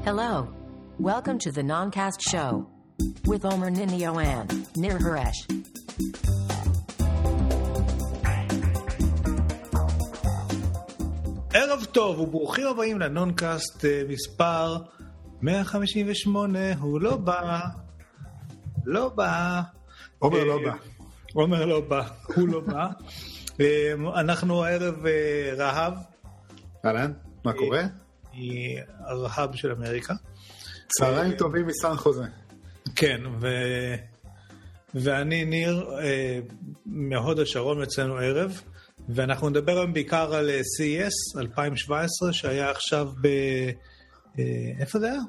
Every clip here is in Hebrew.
Hello. Welcome to the Noncast Show with Omer Ninio and Nir Haresh. ערב טוב וברוכים הבאים לנונקאסט מספר 158. הוא לא בא. עומר לא בא. עומר לא בא, הוא לא בא. אנחנו הערב רהב. אהלן, מה קורה? היא הרהב של אמריקה. צהריים טובים מסן חוזה. כן, ואני ניר מהוד השרון אצלנו ערב, ואנחנו נדבר היום בעיקר על CES 2017 שהיה עכשיו איפה זה היה?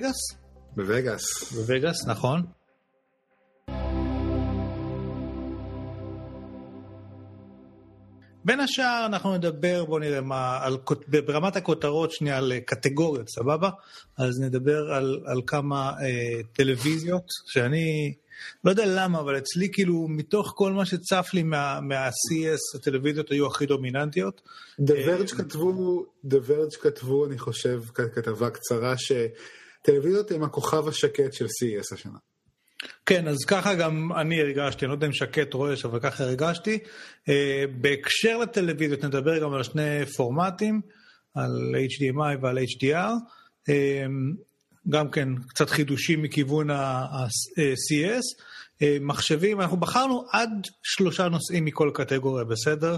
בווגאס, נכון. בין השאר אנחנו נדבר, בוא נראה מה, ברמת הכותרות שנייה על קטגוריות, סבבה? אז נדבר על כמה טלוויזיות, שאני לא יודע למה, אבל אצלי כאילו מתוך כל מה שצף לי מה-CES, הטלוויזיות היו הכי דומיננטיות. The Verge כתבו, אני חושב, כתבה קצרה, שטלוויזיות הם הכוכב השקט של CES השנה. כן, אז ככה גם אני הרגשתי, אני לא יודע אם שקט רועש, אבל ככה הרגשתי. בהקשר לטלוויזיות נדבר גם על שני פורמטים, על HDMI ועל HDR, גם כן קצת חידושים מכיוון ה-CES, מחשבים, אנחנו בחרנו עד 3 נושאים מכל קטגוריה, בסדר?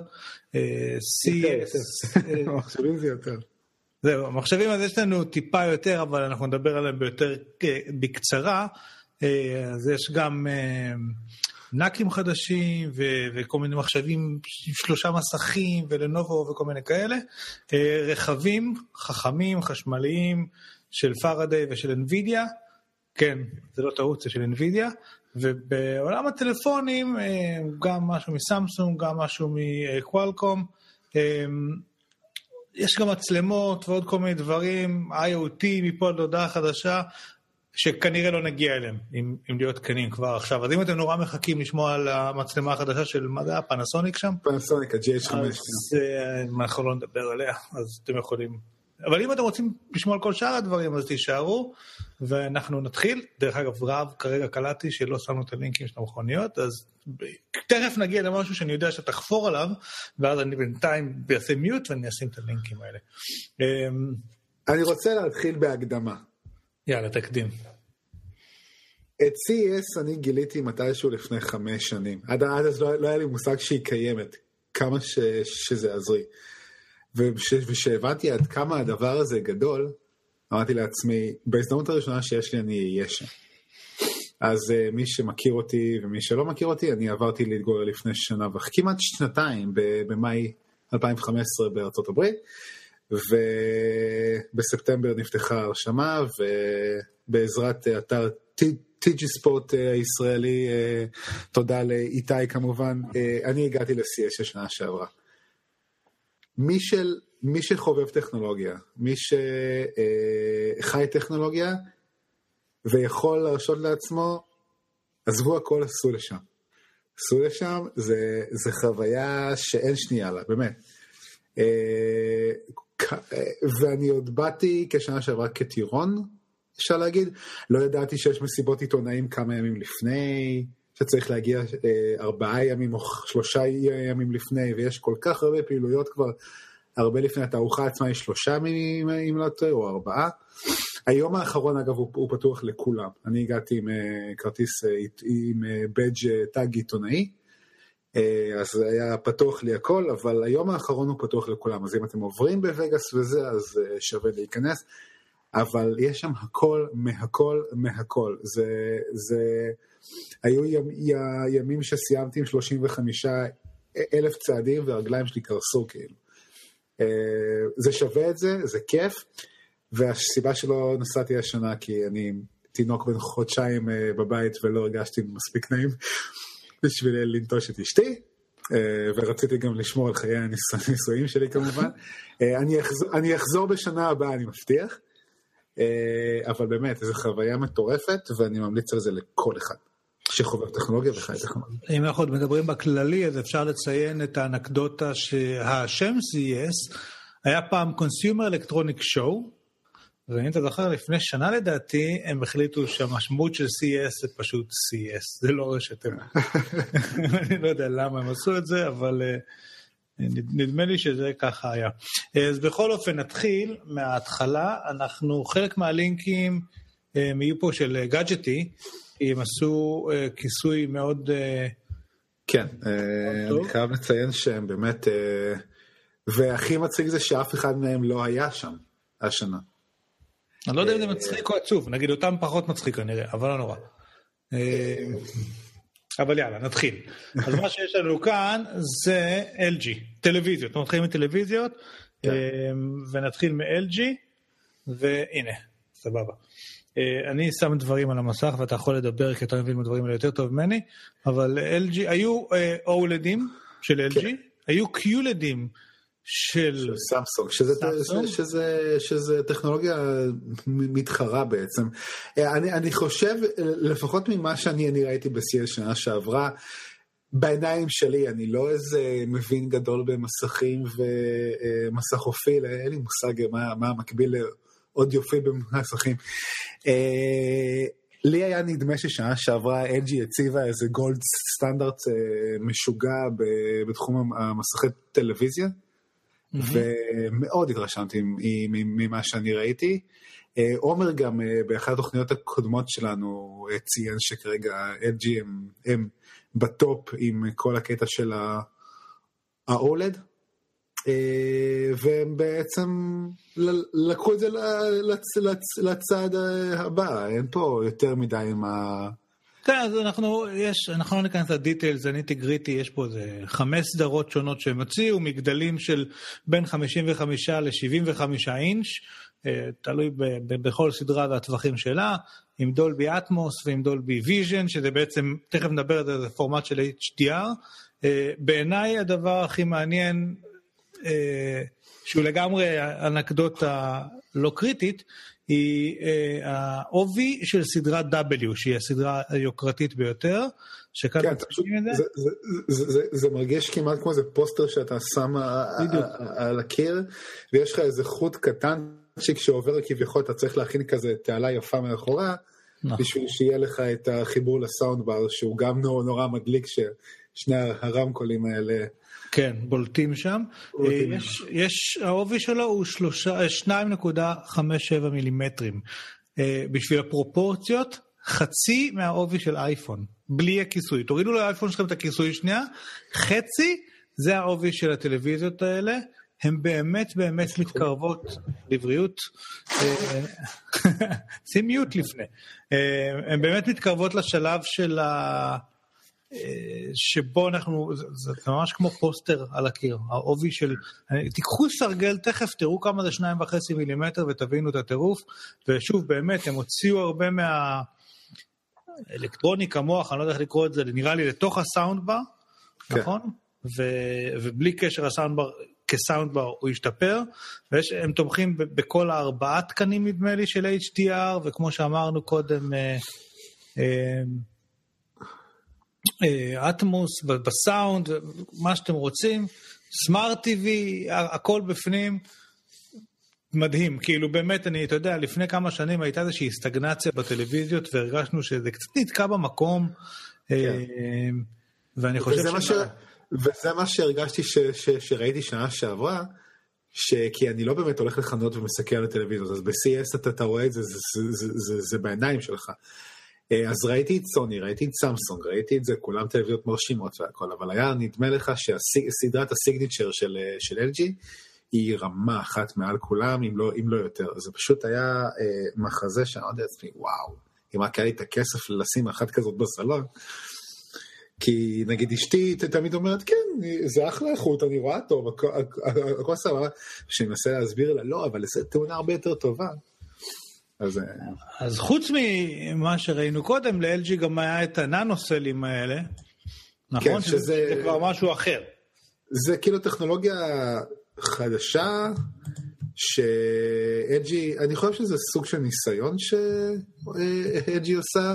CES. מחשבים זה יותר. זהו, מחשבים אז יש לנו טיפה יותר, אבל אנחנו נדבר עליהם ביותר בקצרה, אז יש גם נקים חדשים וכל מיני מחשבים, 3 מסכים ולנובו וכל מיני כאלה, רכבים חכמים, חשמליים של פארדיי ושל NVIDIA, כן, זה לא טעות, זה של NVIDIA, ובעולם הטלפונים גם משהו מסמסונג, גם משהו מקוואלקום, יש גם מצלמות ועוד כל מיני דברים, IoT מפה עד להודעה חדשה, שכנראה לא נגיע אליהם, אם להיות קנים כבר עכשיו. אז אם אתם נורא מחכים לשמוע על המצלמה החדשה של, מה זה, פנסוניק שם? פנסוניק, ה-GH5. אז אנחנו לא נדבר עליה, אז אתם יכולים. אבל אם אתם רוצים לשמוע על כל שאר הדברים, אז תישארו, ואנחנו נתחיל. דרך אגב, רב, כרגע קלטתי שלא שמנו את הלינקים של המכוניות, אז תכף נגיע למשהו שאני יודע שתחפור עליו, ואז אני בינתיים אעשה מיוט ואני אשים את הלינקים האלה. אני רוצה להתחיל בהקדמה. יאללה, תקדים. את CES אני גיליתי מתישהו לפני 5 שנים. עד אז לא היה לי מושג שהיא קיימת, כמה שזה עזרי. ושהבנתי עד כמה הדבר הזה גדול, אמרתי לעצמי, בהזדמנות הראשונה שיש לי אני אהיה שם. אז מי שמכיר אותי ומי שלא מכיר אותי, אני עברתי להתגורר לפני שנה כמעט 2 במאי 2015 בארצות הברית, ובספטמבר נפתחה הרשמה, ובעזרת אתר טיג'י ספורט הישראלי, תודה לאיתי כמובן, אני הגעתי ל-CES השנה שעברה. מי שחובב טכנולוגיה, מי שחי טכנולוגיה, ויכול להרשות לעצמו, עזבו הכל, עשו לשם. עשו לשם, זה חוויה שאין שנייה לה, באמת. ואני עוד באתי כשנה שעברה כטירון, אפשר להגיד, לא ידעתי שיש מסיבות עיתונאים כמה ימים לפני, שצריך להגיע 4 ימים או 3 ימים לפני, ויש כל כך הרבה פעילויות כבר, הרבה לפני התערוכה עצמה יש 3 ימים אם לא טועה, או 4. היום האחרון אגב הוא פתוח לכולם, אני הגעתי עם כרטיס, עם בדג' טאג עיתונאי, אז היה פתוח לי הכל, אבל היום האחרון הוא פתוח לכולם, אז אם אתם עוברים בווגאס וזה, אז שווה להיכנס, אבל יש שם הכל, מהכל, היו ימים שסיימתי עם 35,000 צעדים, והרגליים שלי קרסו כאילו. זה שווה את זה, זה כיף, והסיבה שלא נסעתי השנה, כי אני תינוק בן חודשיים בבית, ולא הרגשתי מספיק נעים, בשביל לנטוש את אשתי, ורציתי גם לשמור על חיי הנישואים שלי כמובן. אני אחזור בשנה הבאה, אני מבטיח, אבל באמת, זו חוויה מטורפת, ואני ממליץ על זה לכל אחד שחובב טכנולוגיה וחי טכנולוגיה. אם אנחנו מדברים בכללי, אז אפשר לציין את האנקדוטה שהשם CES היה פעם Consumer Electronic Show, ואם אתה זוכר, לפני שנה לדעתי, הם החליטו שהמשמעות של CES זה פשוט CES, זה לא רשת. אני לא יודע למה הם עשו את זה, אבל נדמה לי שזה ככה היה. אז בכל אופן נתחיל מההתחלה, אנחנו חלק מהלינקים יהיו פה של גאדג'טי, הם עשו כיסוי מאוד... כן, אני חייב לציין שהם באמת, והכי מצחיק זה שאף אחד מהם לא היה שם השנה. אני לא יודע אם זה מצחיק או עצוב, נגיד אותם פחות מצחיק כנראה, אבל לא נורא. אבל יאללה, נתחיל. אז מה שיש לנו כאן זה LG, טלוויזיות. נתחיל מטלוויזיות, ונתחיל מ-LG, והנה, סבבה. אני שם דברים על המסך, ואתה יכול לדבר, כי אתה מבין בדברים האלה יותר טוב ממני, אבל LG, היו OLEDים של LG, היו QLEDים של סמסונג, שזה טכנולוגיה מתחרה בעצם. אני חושב, לפחות ממה שאני ראיתי ב-CES שנה שעברה, בעיניים שלי, אני לא איזה מבין גדול במסכים ומסכופיל, אין לי מושג מה המקביל לאודיופיל במסכים. לי היה נדמה ששנה שעברה LG הציבה איזה גולד סטנדרט משוגע בתחום המסכי טלוויזיה, ומאוד התרשמתי ממה שאני ראיתי. עומר גם באחת התוכניות הקודמות שלנו ציין שכרגע LG הם בטופ עם כל הקטע של ה-OLED, והם בעצם לקחו את זה לצד הבא, אין פה יותר מדי עם ה... כן, אז אנחנו לא ניכנס לדיטיילס, זה ניטי-גריטי, יש פה 5 סדרות שונות שהם הוציאו, מגדלים של בין 55 ל-75 אינץ', תלוי בכל סדרה והטווחים שלה, עם דולבי אטמוס ועם דולבי ויז'ן, שזה בעצם, תכף נדבר על זה, פורמט של HDR. בעיניי הדבר הכי מעניין, שהוא לגמרי אנקדוטה לא קריטית, היא העובי של סדרת W, שהיא הסדרה היוקרתית ביותר, שכאן מצפים את זה. זה מרגיש כמעט כמו איזה פוסטר שאתה שם על הקיר, ויש לך איזה חוט קטן, שכשעובר כביכול אתה צריך להכין כזה תעלה יפה מאחורה, בשביל שיהיה לך את החיבור לסאונד בר, שהוא גם נורא מדליק, ששני הרמקולים האלה... כן, בולטים שם. העובי שלו הוא 2.57 מילימטרים. בשביל הפרופורציות, חצי מהעובי של אייפון, בלי הכיסוי. תורידו לאייפון שלכם את הכיסוי שנייה, חצי זה העובי של הטלוויזיות האלה, הן באמת באמת מתקרבות לבריאות, שים מיוט לפני, הן באמת מתקרבות לשלב של שבו אנחנו, זה ממש כמו פוסטר על הקיר, העובי של, תיקחו סרגל תכף, תראו כמה זה 2.5 מילימטר ותבינו את הטירוף, ושוב באמת הם הוציאו הרבה מהאלקטרוניקה מוח, אני לא יודע איך לקרוא את זה, נראה לי לתוך הסאונדבר, נכון? ובלי קשר הסאונדבר, כסאונדבר הוא ישתפר, והם תומכים בכל 4 תקנים נדמה לי של HDR, וכמו שאמרנו קודם, אטמוס, בסאונד, מה שאתם רוצים, סמארט טיווי, הכל בפנים, מדהים, כאילו באמת, אתה יודע, לפני כמה שנים הייתה איזושהי הסטגנציה בטלוויזיות, והרגשנו שזה קצת נתקע במקום, ואני חושב וזה מה שהרגשתי שראיתי שנה שעברה, כי אני לא באמת הולך לחנות ומסקר על הטלוויזיות, אז ב-CES אתה רואה את זה, זה בעיניים שלך. אז ראיתי את סוני, ראיתי את סמסונג, ראיתי את זה, כולם טלוויזיות מרשימות והכל, אבל היה נדמה לך שסדרת הסיגניצ'ר של LG היא רמה אחת מעל כולם, אם לא יותר. זה פשוט היה מחזה שעמדתי לעצמי, וואו, אם רק היה לי את הכסף לשים אחת כזאת בסלון, כי נגיד אשתי תמיד אומרת, כן, זה אחלה איכות, אני רואה טוב, הכל סבבה, שאני מנסה להסביר לה, לא, אבל זה תאונה הרבה יותר טובה. אז חוץ ממה שראינו קודם, ל-LG גם היה את הננוסלים האלה, נכון? שזה כבר משהו אחר. זה כאילו טכנולוגיה חדשה, ש-LG, אני חושב שזה סוג של ניסיון ש-LG עושה,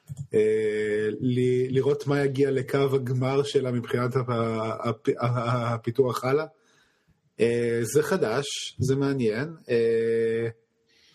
לראות מה יגיע לקו הגמר שלה מבחינת הפיתוח הלאה. זה חדש, זה מעניין.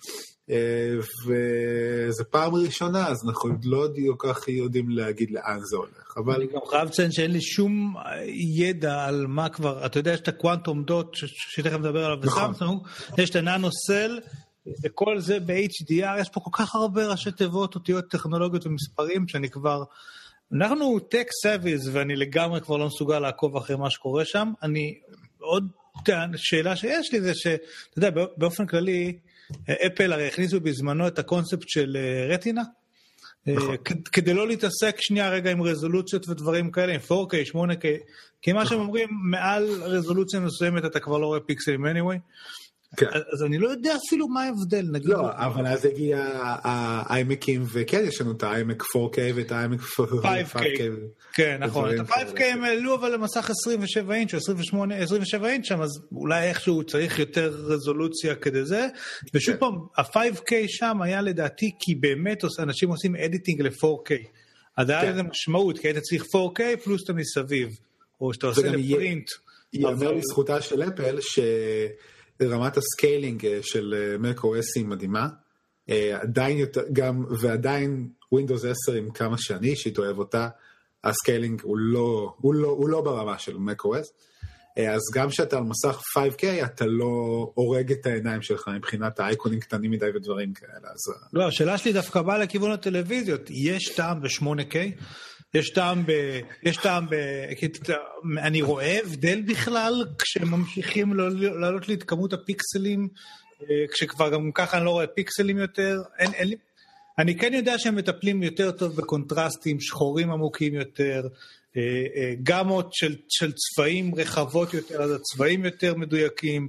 וזה פעם ראשונה, אז אנחנו לא כל כך יודעים להגיד לאן זה הולך. אבל אני גם חייב לציין שאין לי שום ידע על מה כבר, אתה יודע, יש את הקוונטום דוט, שתכף מדבר עליו בסמסונג, יש את הננוסל, וכל זה ב-HDR, יש פה כל כך הרבה ראשי תיבות, אותיות, טכנולוגיות ומספרים, שאני כבר, אנחנו טק סאביז, ואני לגמרי כבר לא מסוגל לעקוב אחרי מה שקורה שם. אני, עוד שאלה שיש לי זה שאתה יודע, באופן כללי, אפל הרי הכניסו בזמנו את הקונספט של רטינה, כדי לא להתעסק שנייה רגע עם רזולוציות ודברים כאלה, עם 4K, 8K, כי מה שהם אומרים, מעל רזולוציה מסוימת אתה כבר לא רואה פיקסלים anyway, אז אני לא יודע אפילו מה ההבדל, נגיד. לא, אבל אז הגיע האיימקים, וכן, יש לנו את האיימק 4K ואת האיימק 5K. כן, נכון. את ה-5K הם העלו אבל למסך 27 אינץ' או 27 אינץ' שם, אז אולי איכשהו צריך יותר רזולוציה כדי זה, ושוב פעם, ה-5K שם היה לדעתי, כי באמת אנשים עושים אדיטינג ל-4K. אז היה לזה משמעות, כי היית צריך 4K פלוס אתה מסביב, או שאתה עושה לפרינט. יאמר לזכותה של אפל רמת הסקיילינג של macOS היא מדהימה, עדיין יותר, גם, ועדיין Windows 10 עם כמה שאני אישית אוהב אותה, הסקיילינג הוא לא ברמה של macOS, אז גם שאתה על מסך 5K, אתה לא הורג את העיניים שלך מבחינת האייקונים קטנים מדי ודברים כאלה. לא, השאלה שלי דווקא באה לכיוון הטלוויזיות, יש טעם ב-8K? יש טעם אני רואה הבדל בכלל כשהם ממשיכים לעלות לי את כמות הפיקסלים, כשכבר גם ככה אני לא רואה פיקסלים יותר, אני כן יודע שהם מטפלים יותר טוב בקונטרסטים, שחורים עמוקים יותר, גמות של צבעים רחבות יותר, אז הצבעים יותר מדויקים,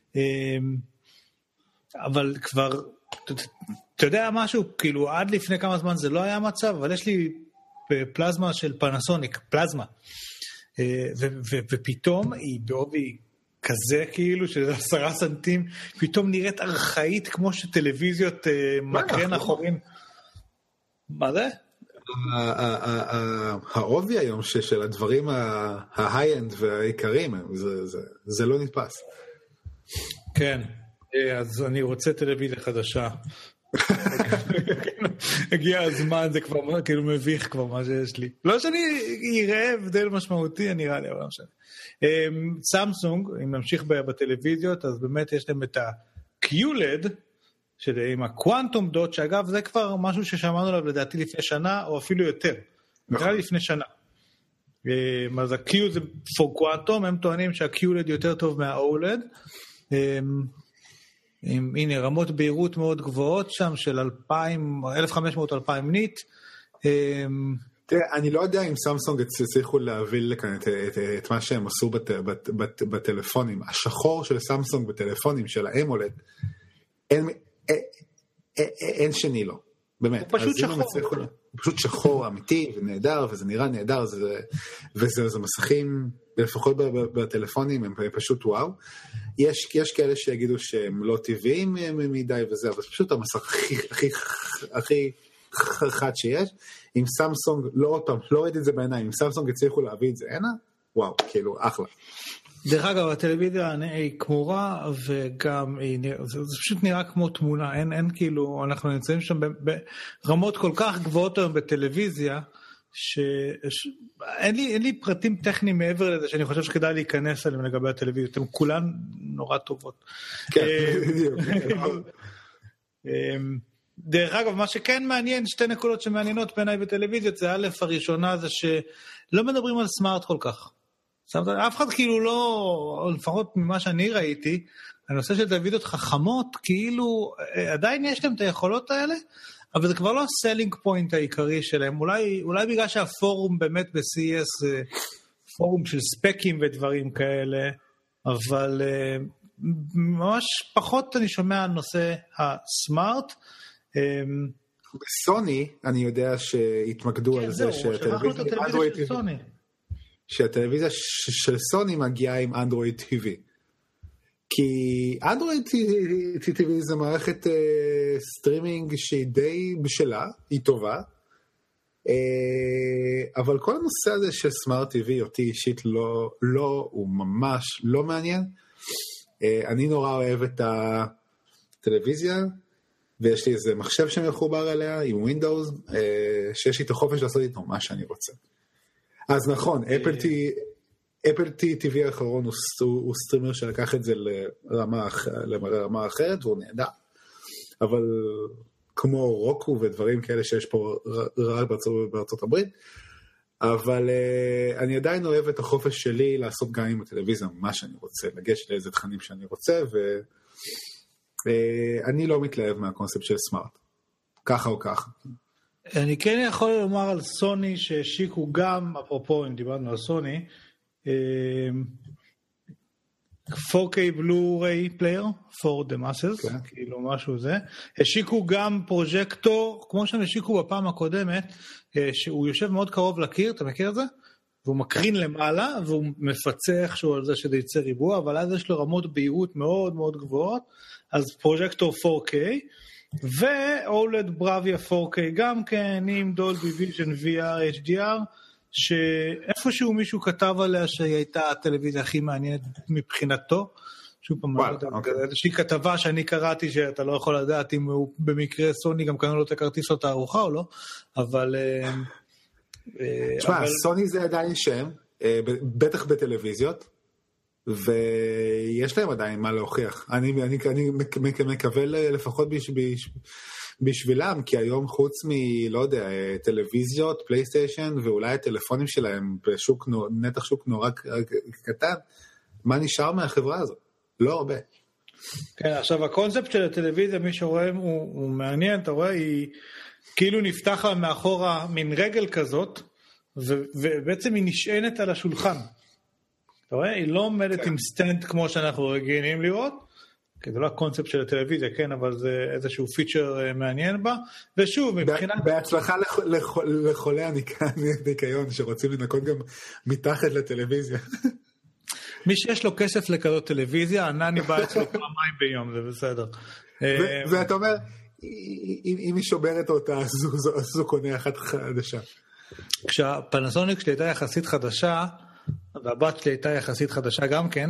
אבל כבר, אתה יודע משהו, כאילו עד לפני כמה זמן זה לא היה מצב, אבל יש לי פלזמה של פנסוניק, פלזמה, ופתאום היא בעובי כזה כאילו של 10 סנטים, פתאום נראית ארכאית כמו שטלוויזיות מקרן אחורים. מה זה? העובי היום של הדברים ההיי-אנד והעיקרים, זה לא נתפס. כן, אז אני רוצה טלוויזיה חדשה. הגיע הזמן, זה כבר כאילו מביך כבר מה שיש לי. לא שאני אראה הבדל משמעותי, אני נראה לי, אבל לא משנה. סמסונג, אם נמשיך בטלוויזיות, אז באמת יש להם את ה-QLED, עם הקוונטום דוט, שאגב זה כבר משהו ששמענו עליו לדעתי לפני שנה, או אפילו יותר. נראה לי לפני שנה. אז ה-Q זה for quantum, הם טוענים שה-QLED יותר טוב מה-OLED, הנה, רמות בהירות מאוד גבוהות שם, של 1500-2000 ניט. תראה, אני לא יודע אם סמסונג הצליחו להביא לכאן את מה שהם עשו בטלפונים. השחור של סמסונג בטלפונים של האמולד, אין שני לו. באמת. הוא פשוט שחור. הוא פשוט שחור אמיתי ונהדר, וזה נראה נהדר, וזה מסכים, לפחות בטלפונים, הם פשוט וואו. יש כאלה שיגידו שהם לא טבעיים מדי וזה, אבל פשוט המסך הכי חד שיש. עם סמסונג, לא עוד פעם, לא ראיתי את זה בעיניים, אם סמסונג הצליחו להביא את זה הנה, וואו, כאילו, אחלה. דרך אגב, הטלוויזיה היא כמורה, וגם זה פשוט נראה כמו תמונה, אין כאילו, אנחנו נמצאים שם ברמות כל כך גבוהות היום בטלוויזיה, אין לי פרטים טכניים מעבר לזה, שאני חושב שכדאי להיכנס עליהם לגבי הטלוויזיות, הן כולן נורא טובות. כן, בדיוק. דרך אגב, מה שכן מעניין, שתי נקודות שמעניינות בעיניי בטלוויזיות, זה א', הראשונה זה שלא מדברים על סמארט כל כך. אף אחד כאילו לא, לפחות ממה שאני ראיתי, הנושא של טלוויזיות חכמות, כאילו עדיין יש להם את היכולות האלה, אבל זה כבר לא הסלינג פוינט העיקרי שלהם, אולי בגלל שהפורום באמת ב-CES זה פורום של ספקים ודברים כאלה, אבל ממש פחות אני שומע על נושא הסמארט. בסוני אני יודע שהתמקדו על זה שהטלוויזיה של סוני מגיעה עם אנדרואיד TV. כי אנדרואיד TV זה מערכת סטרימינג שהיא די בשלה, היא טובה, אבל כל הנושא הזה של סמארט TV אותי אישית לא, הוא ממש לא מעניין. אני נורא אוהב את הטלוויזיה, ויש לי איזה מחשב שמחובר אליה, עם ווינדוס, שיש לי את החופש לעשות איתו מה שאני רוצה. אז נכון, אפל TV האחרון הוא סטרימר שלקח את זה לרמה אחרת, והוא נהדר. אבל כמו רוקו ודברים כאלה שיש פה רק בארצות הברית, אבל אני עדיין אוהב את החופש שלי לעשות גם עם הטלוויזיה מה שאני רוצה, לגשת לאיזה תכנים שאני רוצה, ואני לא מתלהב מהקונספט של סמארט, ככה או ככה. אני כן יכול לומר על סוני שהשיקו גם, אפרופו אם דיברנו על סוני, 4K Blu-ray player for the masses, כאילו משהו זה. השיקו גם פרוז'קטור, כמו שהם השיקו בפעם הקודמת, שהוא יושב מאוד קרוב לקיר, אתה מכיר את זה? והוא מקרין למעלה, והוא מפצה איכשהו על זה שזה יצא ריבוע, אבל אז יש לו רמות בהירות מאוד מאוד גבוהות, אז פרוז'קטור 4K, ו-OLED בראביה 4K גם כן, עם דולבי ויז'ן VR, HDR, שאיפשהו מישהו כתב עליה שהיא הייתה הטלוויזיה הכי מעניינת מבחינתו, שוב פעם, איזושהי כתבה שאני קראתי שאתה לא יכול לדעת אם הוא במקרה סוני גם קנו לו את הכרטיס או את הארוחה או לא, אבל... תשמע, סוני זה עדיין שם, בטח בטלוויזיות, ויש להם עדיין מה להוכיח. אני מקווה לפחות בשבילם, כי היום חוץ לא יודע, טלוויזיות, פלייסטיישן, ואולי הטלפונים שלהם נתח שוק נורא קטן, מה נשאר מהחברה הזאת? לא הרבה. כן, עכשיו הקונספט של הטלוויזיה, מי שרואה הוא מעניין, אתה רואה, היא כאילו נפתח לה מאחורה מין רגל כזאת, ובעצם היא נשענת על השולחן. אתה רואה, היא לא עומדת עם סטנד כמו שאנחנו רגילים לראות, כי זה לא הקונספט של הטלוויזיה, כן, אבל זה איזשהו פיצ'ר מעניין בה, ושוב, מבחינת... בהצלחה לחולי הניקיון, שרוצים לנקות גם מתחת לטלוויזיה. מי שיש לו כסף לכזאת טלוויזיה, ענני בא אצלו פעמיים ביום, זה בסדר. ואתה אומר, אם היא שוברת אותה, אז הוא קונה אחת חדשה. כשהפנסוניק שלי הייתה יחסית חדשה, והבת שלי הייתה יחסית חדשה גם כן,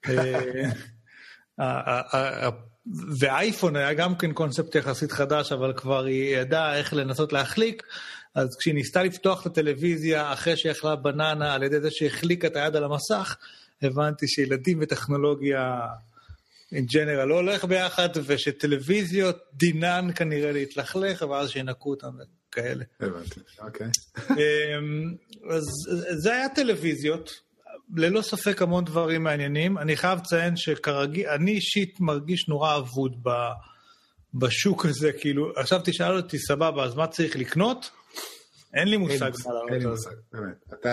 ואייפון היה גם כן קונספט יחסית חדש, אבל כבר היא ידעה איך לנסות להחליק, אז כשהיא ניסתה לפתוח את הטלוויזיה, אחרי שיכלה בננה, על ידי זה שהחליקה את היד על המסך, הבנתי שילדים וטכנולוגיה in general לא הולך ביחד, ושטלוויזיות דינן כנראה להתלכלך, ואז שינקו אותם כאלה. הבנתי, אוקיי. אז זה היה טלוויזיות, ללא ספק המון דברים מעניינים. אני חייב לציין שכרגיל, אני אישית מרגיש נורא אבוד בשוק הזה, כאילו, עכשיו תשאל אותי, סבבה, אז מה צריך לקנות? אין לי מושג מה לענות. אין לי מושג, באמת.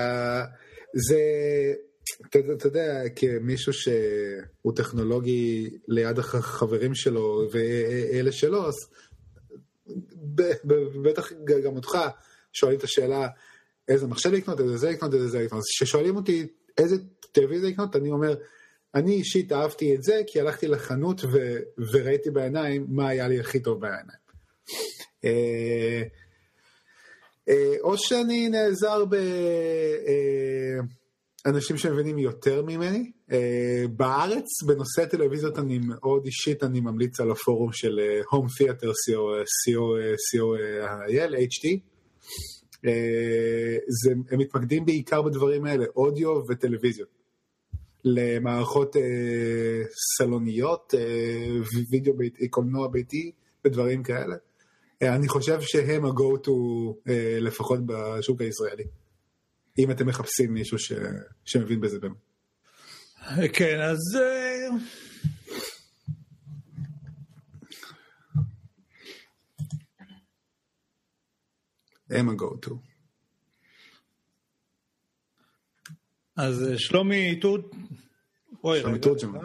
אתה יודע, כמישהו שהוא טכנולוגי ליד החברים שלו ואלה שלו, אז בטח גם אותך שואלים את השאלה, איזה מחשב לקנות, איזה זה לקנות, איזה זה לקנות. אז כששואלים אותי איזה טלוויזיה לקנות, אני אומר, אני אישית אהבתי את זה, כי הלכתי לחנות וראיתי בעיניים מה היה לי הכי טוב בעיניים. או שאני נעזר אנשים שמבינים יותר ממני. בארץ, בנושא טלוויזיות, אני מאוד אישית, אני ממליץ על הפורום של Home Theater, co.il, HT. הם מתמקדים בעיקר בדברים האלה, אודיו וטלוויזיות. למערכות סלוניות, וידאו ביתי, קולנוע ביתי, ודברים כאלה. אני חושב שהם ה-go-to לפחות בשוק הישראלי. אם אתם מחפשים מישהו שמבין בזה באמת. כן, אז... הם ה-go-to. אז שלומי תורג'מן.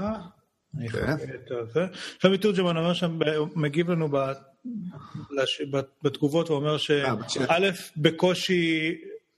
שלומי תורג'מן אומר שם, מגיב לנו בתגובות, ואומר שא' בקושי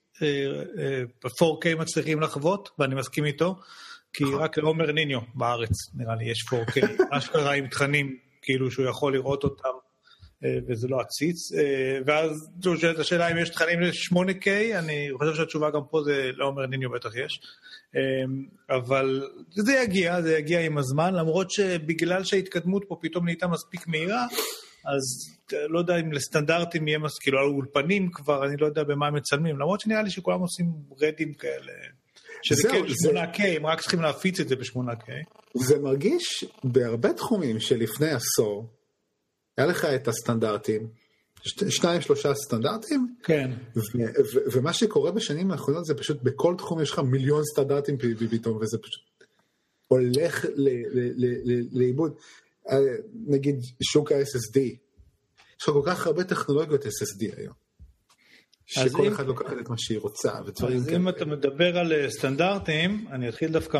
4K מצליחים לחוות, ואני מסכים איתו, כי רק לעומר ניניו בארץ, נראה לי, יש 4K, אשכרה עם תכנים, כאילו שהוא יכול לראות אותם, וזה לא עציץ, ואז שואלת השאלה אם יש תכנים ל-8K, אני חושב שהתשובה גם פה זה לעומר ניניו בטח יש, אבל זה יגיע עם הזמן, למרות שבגלל שההתקדמות פה פתאום נהייתה מספיק מהירה, אז לא יודע אם לסטנדרטים יהיה כאילו על אולפנים כבר, אני לא יודע במה הם מצלמים, למרות שנראה לי שכולם עושים רדים כאלה, שזה כן 8K, הם רק צריכים להפיץ את זה ב8K. זה מרגיש בהרבה תחומים שלפני עשור, היה לך את הסטנדרטים, 2-3 סטנדרטים, כן. ומה שקורה בשנים האחרונות זה פשוט בכל תחום יש לך מיליון סטנדרטים פתאום, וזה פשוט הולך לאיבוד. נגיד שוק ה-SSD, יש לך כל כך הרבה טכנולוגיות SSD היום, שכל אחד לוקחת את מה שהיא רוצה. אז אם אתה מדבר על סטנדרטים, אני אתחיל דווקא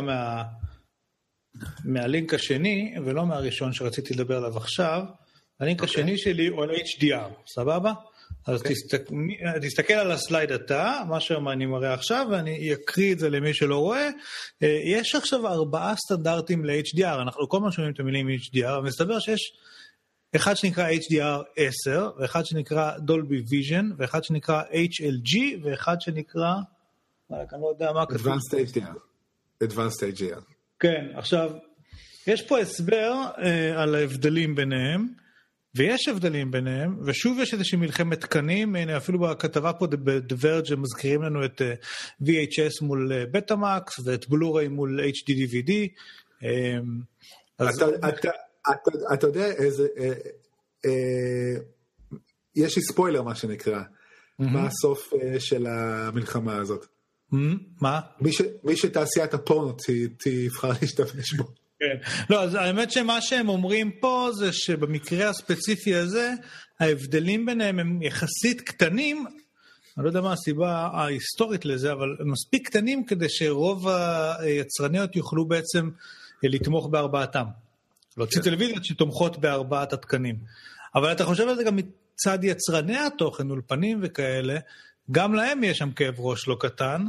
מהלינק השני, ולא מהראשון שרציתי לדבר עליו עכשיו. הלינק השני שלי הוא על HDR, סבבה? אז תסתכל על הסלייד אתה, מה שאני מראה עכשיו, ואני אקריא את זה למי שלא רואה. יש עכשיו 4 סטנדרטים ל-HDR, אנחנו כל הזמן שומעים את המילים HDR, ומסתבר שיש אחד שנקרא HDR 10, ואחד שנקרא Dolby Vision, ואחד שנקרא HLG, ואחד שנקרא, אני לא יודע מה כתוב. Advanced HDR. כן, עכשיו, יש פה הסבר על ההבדלים ביניהם, ויש הבדלים ביניהם, ושוב יש איזושהי מלחמת תקנים, הנה אפילו בכתבה פה ב-The Verge הם מזכירים לנו את VHS מול בטאמקס, ואת בלוריי מול HD DVD. אתה יודע איזה, יש לי ספוילר מה שנקרא, מה הסוף של המלחמה הזאת. מה? מי שתעשיית הפורנו תבחר להשתמש בו. כן. לא, אז האמת שמה שהם אומרים פה זה שבמקרה הספציפי הזה, ההבדלים ביניהם הם יחסית קטנים, אני לא יודע מה הסיבה ההיסטורית לזה, אבל הם מספיק קטנים כדי שרוב היצרניות יוכלו בעצם לתמוך בארבעתם. להוציא טלוויזיות שתומכות בארבעת התקנים. אבל אתה חושב על זה גם מצד יצרני התוכן, אולפנים וכאלה, גם להם יש שם כאב ראש לא קטן,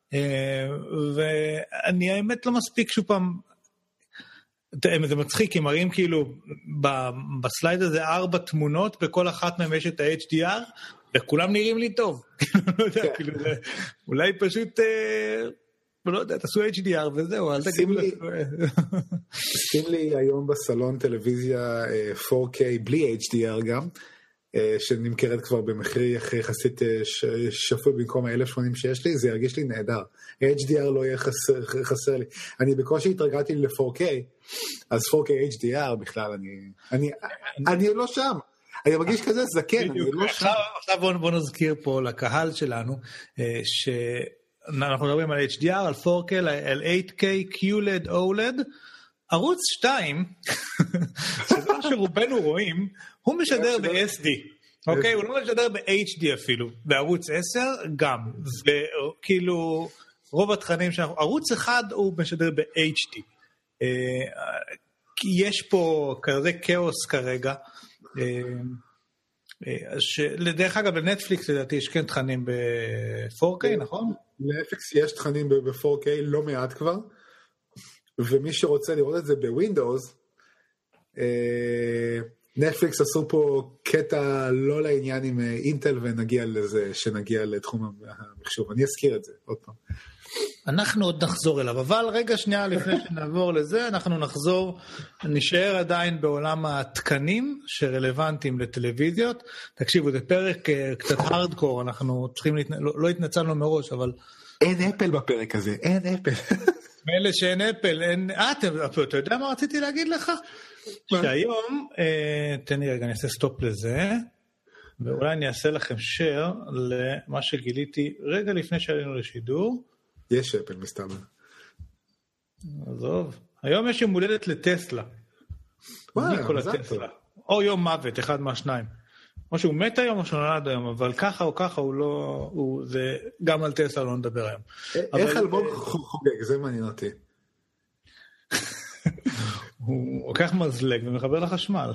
ואני האמת לא מספיק שוב פעם, זה מצחיק, הם מראים כאילו בסלייד הזה 4 תמונות, בכל אחת מהם יש את ה-HDR, וכולם נראים לי טוב. לא יודע, כאילו, אולי פשוט, לא יודע, תעשו HDR וזהו, אל תגידו לך. שים לי היום בסלון טלוויזיה 4K בלי HDR גם, שנמכרת כבר במחיר יחסית שפוי במקום ה-1080 שיש לי, זה ירגיש לי נהדר. HDR לא יהיה חסר לי. אני בקושי התרגלתי ל-4K, אז 4K HDR בכלל, אני לא שם. אני מרגיש כזה זקן, אני לא שם. עכשיו בוא נזכיר פה לקהל שלנו, שאנחנו מדברים על HDR, על 4K, על 8K, QLED, OLED, ערוץ 2, שזה מה שרובנו רואים, הוא משדר ב-SD, אוקיי? הוא לא משדר ב-HD אפילו, בערוץ 10 גם, וכאילו רוב התכנים שאנחנו, ערוץ 1 הוא משדר ב-HD, כי יש פה כזה כאוס כרגע, לדרך אגב לנטפליקס לדעתי יש כן תכנים ב-4K, נכון? לנטפליקס יש תכנים ב-4K, לא מעט כבר, ומי שרוצה לראות את זה בווינדוס, נטפליקס עשו פה קטע לא לעניין עם אינטל, ונגיע לזה, שנגיע לתחום המחשוב. אני אזכיר את זה, עוד פעם. אנחנו עוד נחזור אליו, אבל רגע שנייה לפני שנעבור לזה, אנחנו נחזור, נשאר עדיין בעולם התקנים שרלוונטיים לטלוויזיות. תקשיבו, זה פרק קצת הארדקור, אנחנו צריכים, לא התנצלנו מראש, אבל... אין אפל בפרק הזה, אין אפל. מאלה שאין אפל, אין... אתה יודע מה רציתי להגיד לך? שהיום, תן לי רגע, אני אעשה סטופ לזה, ואולי אני אעשה לכם share למה שגיליתי רגע לפני שעלינו לשידור. יש אפל מסתבר. עזוב. היום יש יום הולדת לטסלה. ניקולה טסלה. או יום מוות, אחד מהשניים. או שהוא מת היום או שהוא נולד היום, אבל ככה או ככה הוא לא... זה גם על טסלה לא נדבר היום. איך אלמוג חוגג? זה מעניין אותי. הוא לוקח מזלג ומחבר לחשמל.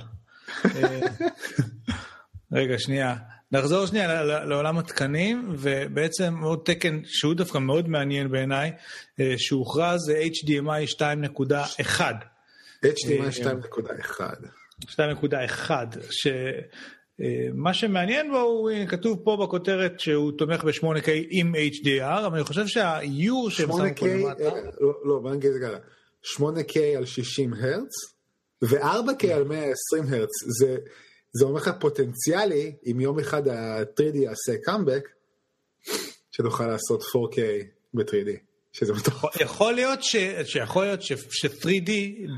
רגע, שנייה. נחזור שנייה לעולם התקנים, ובעצם עוד תקן שהוא דווקא מאוד מעניין בעיניי, שהוכרז זה HDMI 2.1. HDMI 2.1. 2.1, שמה שמעניין בו, הוא כתוב פה בכותרת שהוא תומך ב-8K עם HDR, אבל אני חושב שהאיור שהם שמו פה למטה... לא, בוא נגיד זה ככה, 8K על 60 הרץ, ו-4K על 120 הרץ, זה אומר לך פוטנציאלי, אם יום אחד ה-3D יעשה קאמבק, שתוכל לעשות 4K ב-3D. יכול להיות ש-3D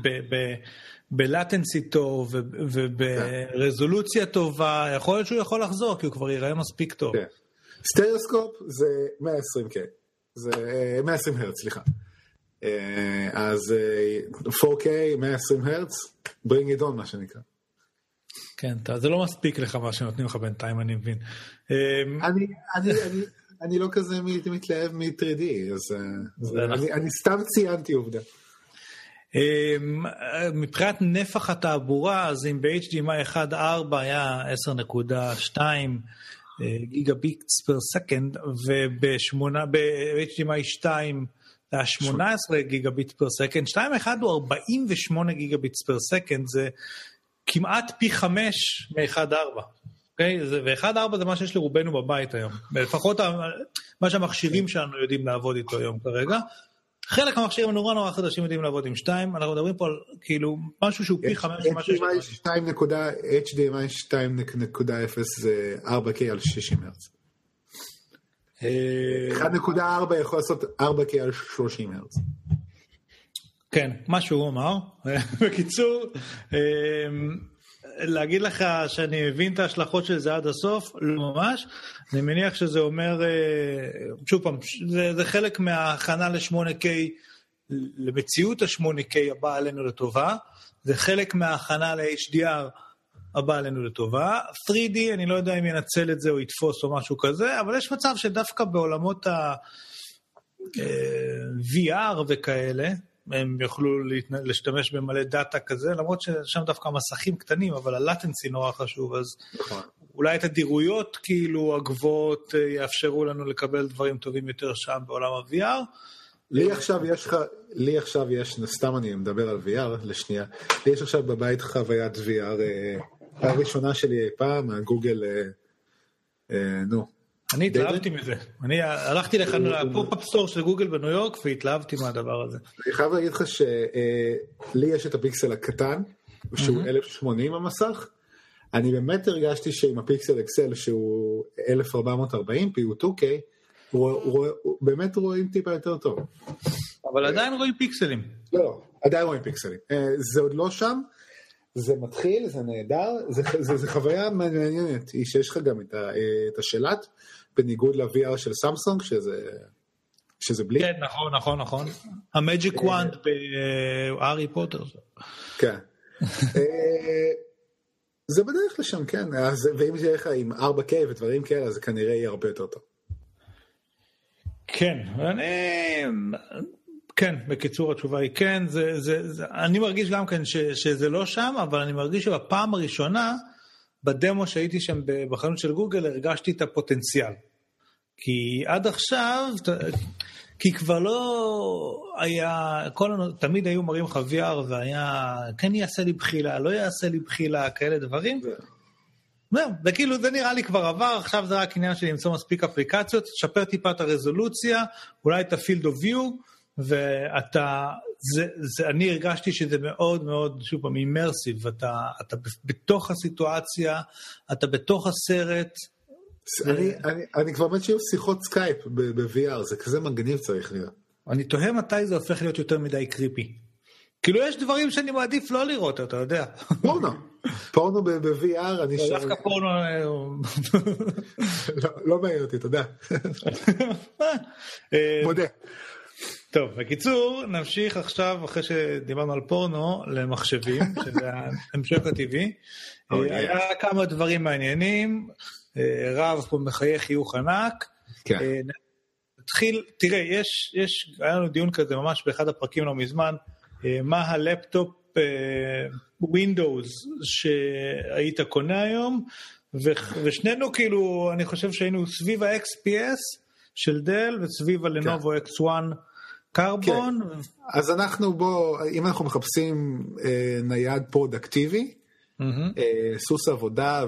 בלטנסי טוב וברזולוציה טובה, יכול להיות שהוא יכול לחזור, כי הוא כבר ייראה מספיק טוב. סטריאוסקופ זה 120K, זה 120 הרץ, סליחה. אז 4K, 120 הרץ, bring it on, מה שנקרא. כן, זה לא מספיק לך מה שנותנים לך בינתיים, אני מבין. אני לא כזה מתלהב מ-3D, אז אני סתם ציינתי עובדה. מבחינת נפח התעבורה, אז אם ב-HDMI 1.4 היה 10.2 גיגה ביטס פר סקנד, וב-HDMI 2 היה 18 גיגה ביטס פר סקנד, 2.1 הוא 48 גיגה ביטס פר סקנד, זה כמעט פי 5 מ-1.4. ו-1.4 זה מה שיש לרובנו בבית היום. לפחות מה שהמכשירים שלנו יודעים לעבוד איתו היום כרגע. חלק מהמכשירים נורא חדשים יודעים לעבוד עם 2, אנחנו מדברים פה על כאילו משהו שהוא פי 5 ממה שיש לנו. HDMI 2.0 זה 4K על 60 הרץ. 1.4 יכול לעשות 4K על 30 הרץ. כן, מה שהוא אמר. בקיצור, להגיד לך שאני מבין את ההשלכות של זה עד הסוף, לא ממש. אני מניח שזה אומר, שוב פעם, זה חלק מההכנה ל-8K, למציאות ה-8K הבאה עלינו לטובה, זה חלק מההכנה ל-HDR הבאה עלינו לטובה. 3D, אני לא יודע אם ינצל את זה או יתפוס או משהו כזה, אבל יש מצב שדווקא בעולמות ה-VR וכאלה, הם יוכלו להשתמש במלא דאטה כזה, למרות ששם דווקא מסכים קטנים, אבל הלטנסי נורא חשוב, אז אולי את הדירויות כאילו הגבוהות יאפשרו לנו לקבל דברים טובים יותר שם בעולם ה-VR. לי עכשיו יש, סתם אני מדבר על VR לשנייה, לי יש עכשיו בבית חוויית VR, הראשונה שלי אי פעם, הגוגל, אני התלהבתי מזה. אני הלכתי לפופ-אפ סטור של גוגל בניו יורק, והתלהבתי מהדבר הזה. אני חייב להגיד לך שלי יש את הפיקסל הקטן, שהוא 1080 המסך, אני באמת הרגשתי שעם הפיקסל אקסל, שהוא 1440 פי, הוא 2K, באמת רואים טיפה יותר טוב. אבל עדיין רואים פיקסלים. לא, עדיין רואים פיקסלים. זה עוד לא שם, זה מתחיל, זה נהדר, זה חוויה מעניינת, היא שיש לך גם את השלט, בניגוד ל-VR של סמסונג, שזה בלי. כן, נכון. המג'יק וואנד בהארי פוטר. כן. זה בדרך לשם, כן. ואם זה יהיה לך עם 4K ודברים כאלה, אז זה כנראה יהיה הרבה יותר טוב. כן, בקיצור התשובה היא כן, אני מרגיש גם כן שזה לא שם, אבל אני מרגיש שבפעם הראשונה, בדמו שהייתי שם בחנות של גוגל, הרגשתי את הפוטנציאל. כי עד עכשיו, כי כבר לא היה, תמיד היו מראים לך VR, והיה, כן יעשה לי בחילה, לא יעשה לי בחילה, כאלה דברים. וכאילו זה נראה לי כבר עבר, עכשיו זה רק עניין של למצוא מספיק אפליקציות, תשפר טיפה את הרזולוציה, אולי את ה-field of view, אני הרגשתי שזה מאוד מאוד, שוב פעם, אימרסיב, אתה בתוך הסיטואציה, אתה בתוך הסרט. אני כבר באמת שיהיו שיחות סקייפ ב-VR, זה כזה מגניב צריך להיות. אני תוהה מתי זה הופך להיות יותר מדי קריפי. כאילו יש דברים שאני מעדיף לא לראות, אתה יודע. פורנו ב-VR, אני שואל. דווקא פורנו... לא מעניין אותי, אתה יודע. מודה. טוב, בקיצור, נמשיך עכשיו, אחרי שדיברנו על פורנו, למחשבים, שזה המשך הטבעי. היה כמה דברים מעניינים, רב פה מחייך חיוך ענק. תראה, היה לנו דיון כזה ממש באחד הפרקים לא מזמן, מה הלפטופ Windows שהיית קונה היום, ושנינו כאילו, אני חושב שהיינו סביב ה-XPS של דל, וסביב הלנובו X1 קרבון. אז אנחנו אם אנחנו מחפשים נייד פרודקטיבי, סוס עבודה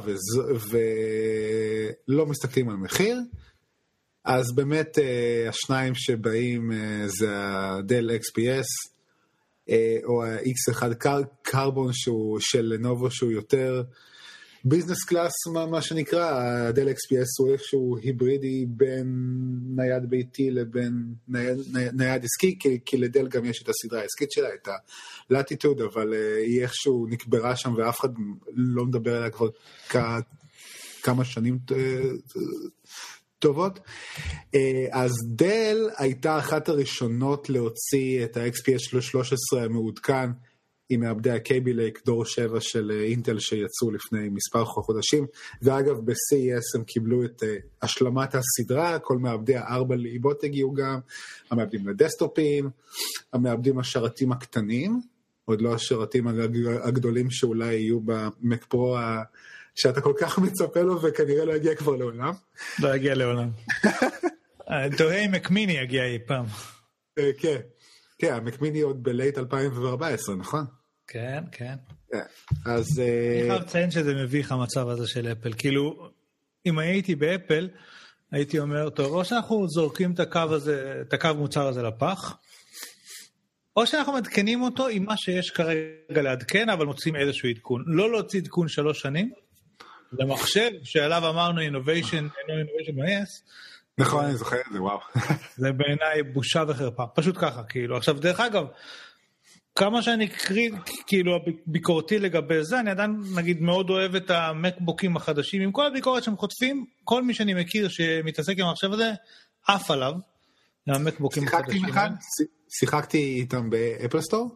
ולא מסתכלים על מחיר, אז באמת השניים שבאים זה הדל XPS, או ה-X1 קרבון של לנובו שהוא יותר ביזנס קלאס, מה שנקרא, הדל XPS הוא איכשהו היברידי בין נייד ביתי לבין נייד עסקי, כי לדל גם יש את הסדרה העסקית שלה, את הלטיטוד, אבל היא איכשהו נקברה שם ואף אחד לא מדבר עליה כבר כמה שנים טובות. אז דל הייתה אחת הראשונות להוציא את ה-XPS 13 המעודכן, עם מעבדי ה-KB Lake דור 7 של אינטל שיצאו לפני מספר חודשים, ואגב ב-CES הם קיבלו את השלמת הסדרה, כל מעבדי ה-4 ליבות הגיעו גם, המעבדים לדסטופים, המעבדים השרתים הקטנים, עוד לא השרתים הגדולים שאולי יהיו במק פרו שאתה כל כך מצפה לו וכנראה לא יגיע כבר לעולם. לא יגיע לעולם. תוהה אם מקמיני יגיע אי פעם. כן. כן, המקמיני עוד בלייט 2014, נכון? כן, כן. אז... אני חייב לציין שזה מביך המצב הזה של אפל. כאילו, אם הייתי באפל, הייתי אומר, טוב, או שאנחנו זורקים את הקו מוצר הזה לפח, או שאנחנו מדכנים אותו עם מה שיש כרגע לעדכן, אבל מוצאים איזשהו עדכון. לא להוציא עדכון 3 שנים, למחשב שעליו אמרנו innovation OS, נכון, אני זוכר את זה, וואו. זה בעיניי בושה וחרפה, פשוט ככה, כאילו. עכשיו, דרך אגב, כמה שאני כאילו ביקורתי לגבי זה, אני עדיין, נגיד, מאוד אוהב את המקבוקים החדשים, עם כל הביקורת שהם חוטפים, כל מי שאני מכיר שמתעסק עם המחשב הזה, עף עליו, המקבוקים החדשים. שיחקתי איתם באפל סטור,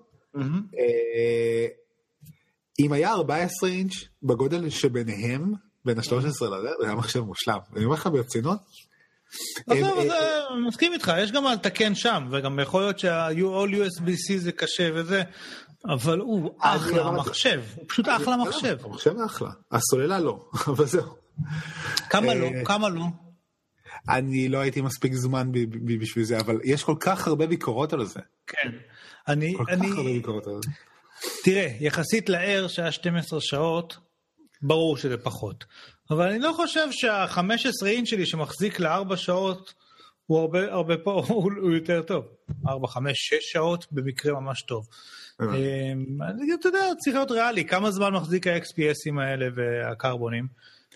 אם היה 14 אינץ' בגודל שביניהם, בין ה-13 לזה, זה היה מחשב מושלם. אני אומר לך ברצינות, אני מסכים איתך, יש גם על תקן שם, וגם יכול להיות שה-All USB-C זה קשה וזה, אבל הוא אחלה מחשב, הוא פשוט אחלה מחשב. המחשב אחלה, הסוללה לא, אבל זהו. כמה לא? אני לא הייתי מספיק זמן בשביל זה, אבל יש כל כך הרבה ביקורות על זה. כן. כל כך הרבה ביקורות על זה. תראה, יחסית לער שהיה 12 שעות, ברור שזה פחות. אבל אני לא חושב שה-15 אינץ' שלי שמחזיק ל4 שעות, הוא הרבה פה, הוא יותר טוב. 4, 5, 6 שעות במקרה ממש טוב. אתה יודע, צריך להיות ריאלי, כמה זמן מחזיק ה-XPSים האלה והקרבונים?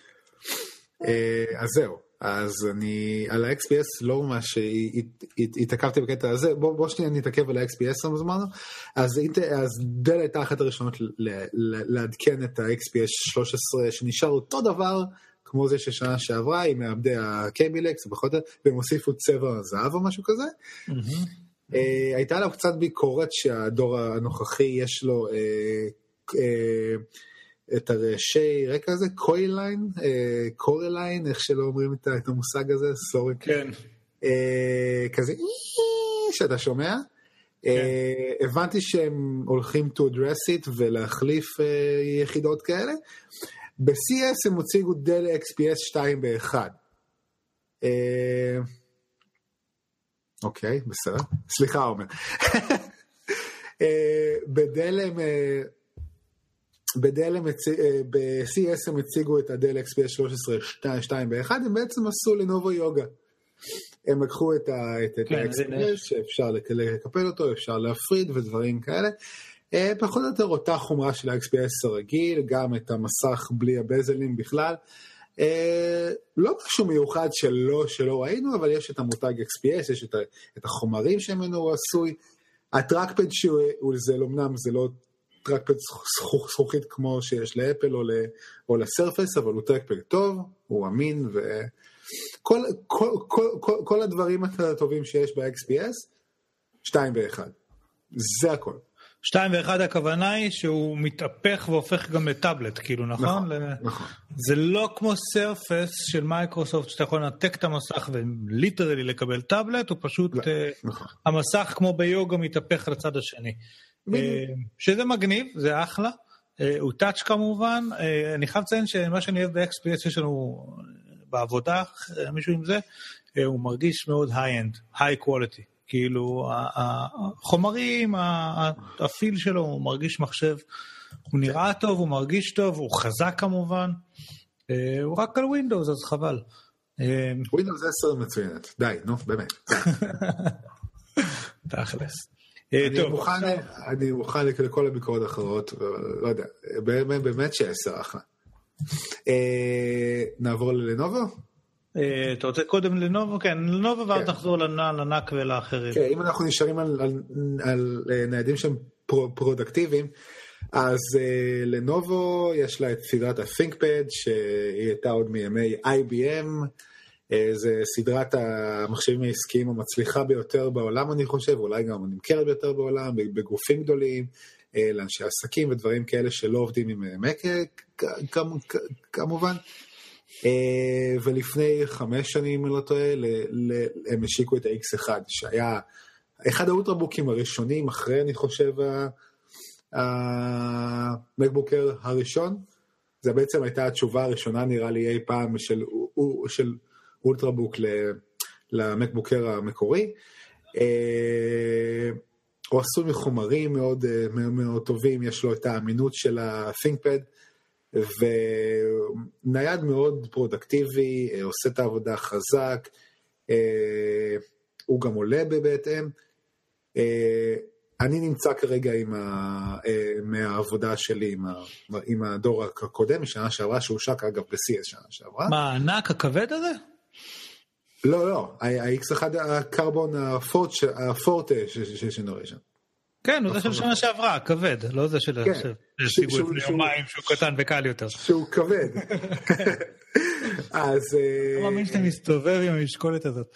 אז זהו. אז אני, על ה-XPS לא ממש התעכבתי בקטע הזה, בוא שנייה נתעכב על ה-XPS המזמן, אז דל הייתה אחת הראשונות לעדכן את ה-XPS 13 שנשאר אותו דבר כמו זה ששנה שעברה עם מעבדי ה-KB Lake, והם הוסיפו צבע זהב או משהו כזה. הייתה עליו קצת ביקורת שהדור הנוכחי יש לו את הרעשי רקע הזה, קורליין, איך שלא אומרים את המושג הזה, סורי. כן. כזה, שאתה שומע. הבנתי שהם הולכים to address it ולהחליף יחידות כאלה. ב-CS הם הוציגו דל XPS 2 ב-1. אוקיי, בסדר. סליחה, עומר. בדל ב-CS הם הציגו את הדל XPS 13 2 ב-1, הם בעצם עשו לנובו יוגה. הם לקחו את ה-XPS שאפשר לקפל אותו, אפשר להפריד ודברים כאלה. פחות או יותר אותה חומרה של ה-XPS הרגיל, גם את המסך בלי הבזלים בכלל. לא משהו מיוחד שלא ראינו, אבל יש את המותג XPS, יש את החומרים שמנו עשוי. הטרקפד שזה אמנם זה לא טרקפד זכוכית כמו שיש לאפל או לסרפס, אבל הוא טרקפד טוב, הוא אמין, וכל הדברים הטובים שיש ב-XPS, 2 ב-1. זה הכל. 2 ו-1 הכוונה היא שהוא מתהפך והופך גם לטאבלט, כאילו, נכון? נכון. זה לא כמו סרפס של מייקרוסופט, שאתה יכול לנתק את המסך וליטרלי לקבל טאבלט, הוא פשוט, המסך כמו ביוגה מתהפך לצד השני. שזה מגניב, זה אחלה. הוא טאץ' כמובן. אני חייב לציין שמה שאני אוהב ב-XPS יש לנו בעבודה, מישהו עם זה, הוא מרגיש מאוד high-end, high quality. כאילו, החומרים, הפיל שלו, הוא מרגיש מחשב, הוא נראה טוב, הוא מרגיש טוב, הוא חזק כמובן, הוא רק על ווינדוס, אז חבל. ווינדוס 10 מצוינת, די, נו, באמת. תכלס. אני מוכן לכל הביקורות האחרות, לא יודע, באמת ש10 אחלה. נעבור ללנובו? אתה רוצה קודם לנובו? כן, לנובו ואז נחזור לנק ולאחרים. כן, אם אנחנו נשארים על ניידים שהם פרודקטיביים, אז לנובו יש לה את סדרת ה-ThinkPad, שהיא הייתה עוד מימי IBM, זה סדרת המחשבים העסקיים המצליחה ביותר בעולם, אני חושב, אולי גם הנמכרת ביותר בעולם, בגופים גדולים, לאנשי עסקים ודברים כאלה שלא עובדים עם Mac, כמובן. ולפני 5 שנים, לא טועה, הם השיקו את ה-X1, שהיה אחד האולטרבוקים הראשונים, אחרי, אני חושב, המקבוקר הראשון. זה בעצם הייתה התשובה הראשונה, נראה לי, אי פעם של אולטרבוק למקבוקר המקורי. הוא עשוי מחומרים מאוד, מאוד טובים, יש לו את האמינות של ה-ThinkPad, ונייד מאוד פרודקטיבי, עושה את העבודה חזק, הוא גם עולה בהתאם. אני נמצא כרגע מהעבודה שלי עם הדור הקודם, משנה שעברה, שהושק אגב ב-CS שנה שעברה. מה, הענק הכבד הזה? לא, ה-X1 הקרבון הפורטה של ג'נריישן. כן, הוא זה של שנה שעברה, הכבד, לא זה של השיגו לפני יומיים, שהוא קטן וקל יותר. שהוא כבד. אז... לא מאמין שאתה מסתובב עם המשקולת הזאת.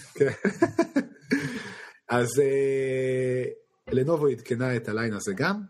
אז לנובו התקנה את הליין הזה גם.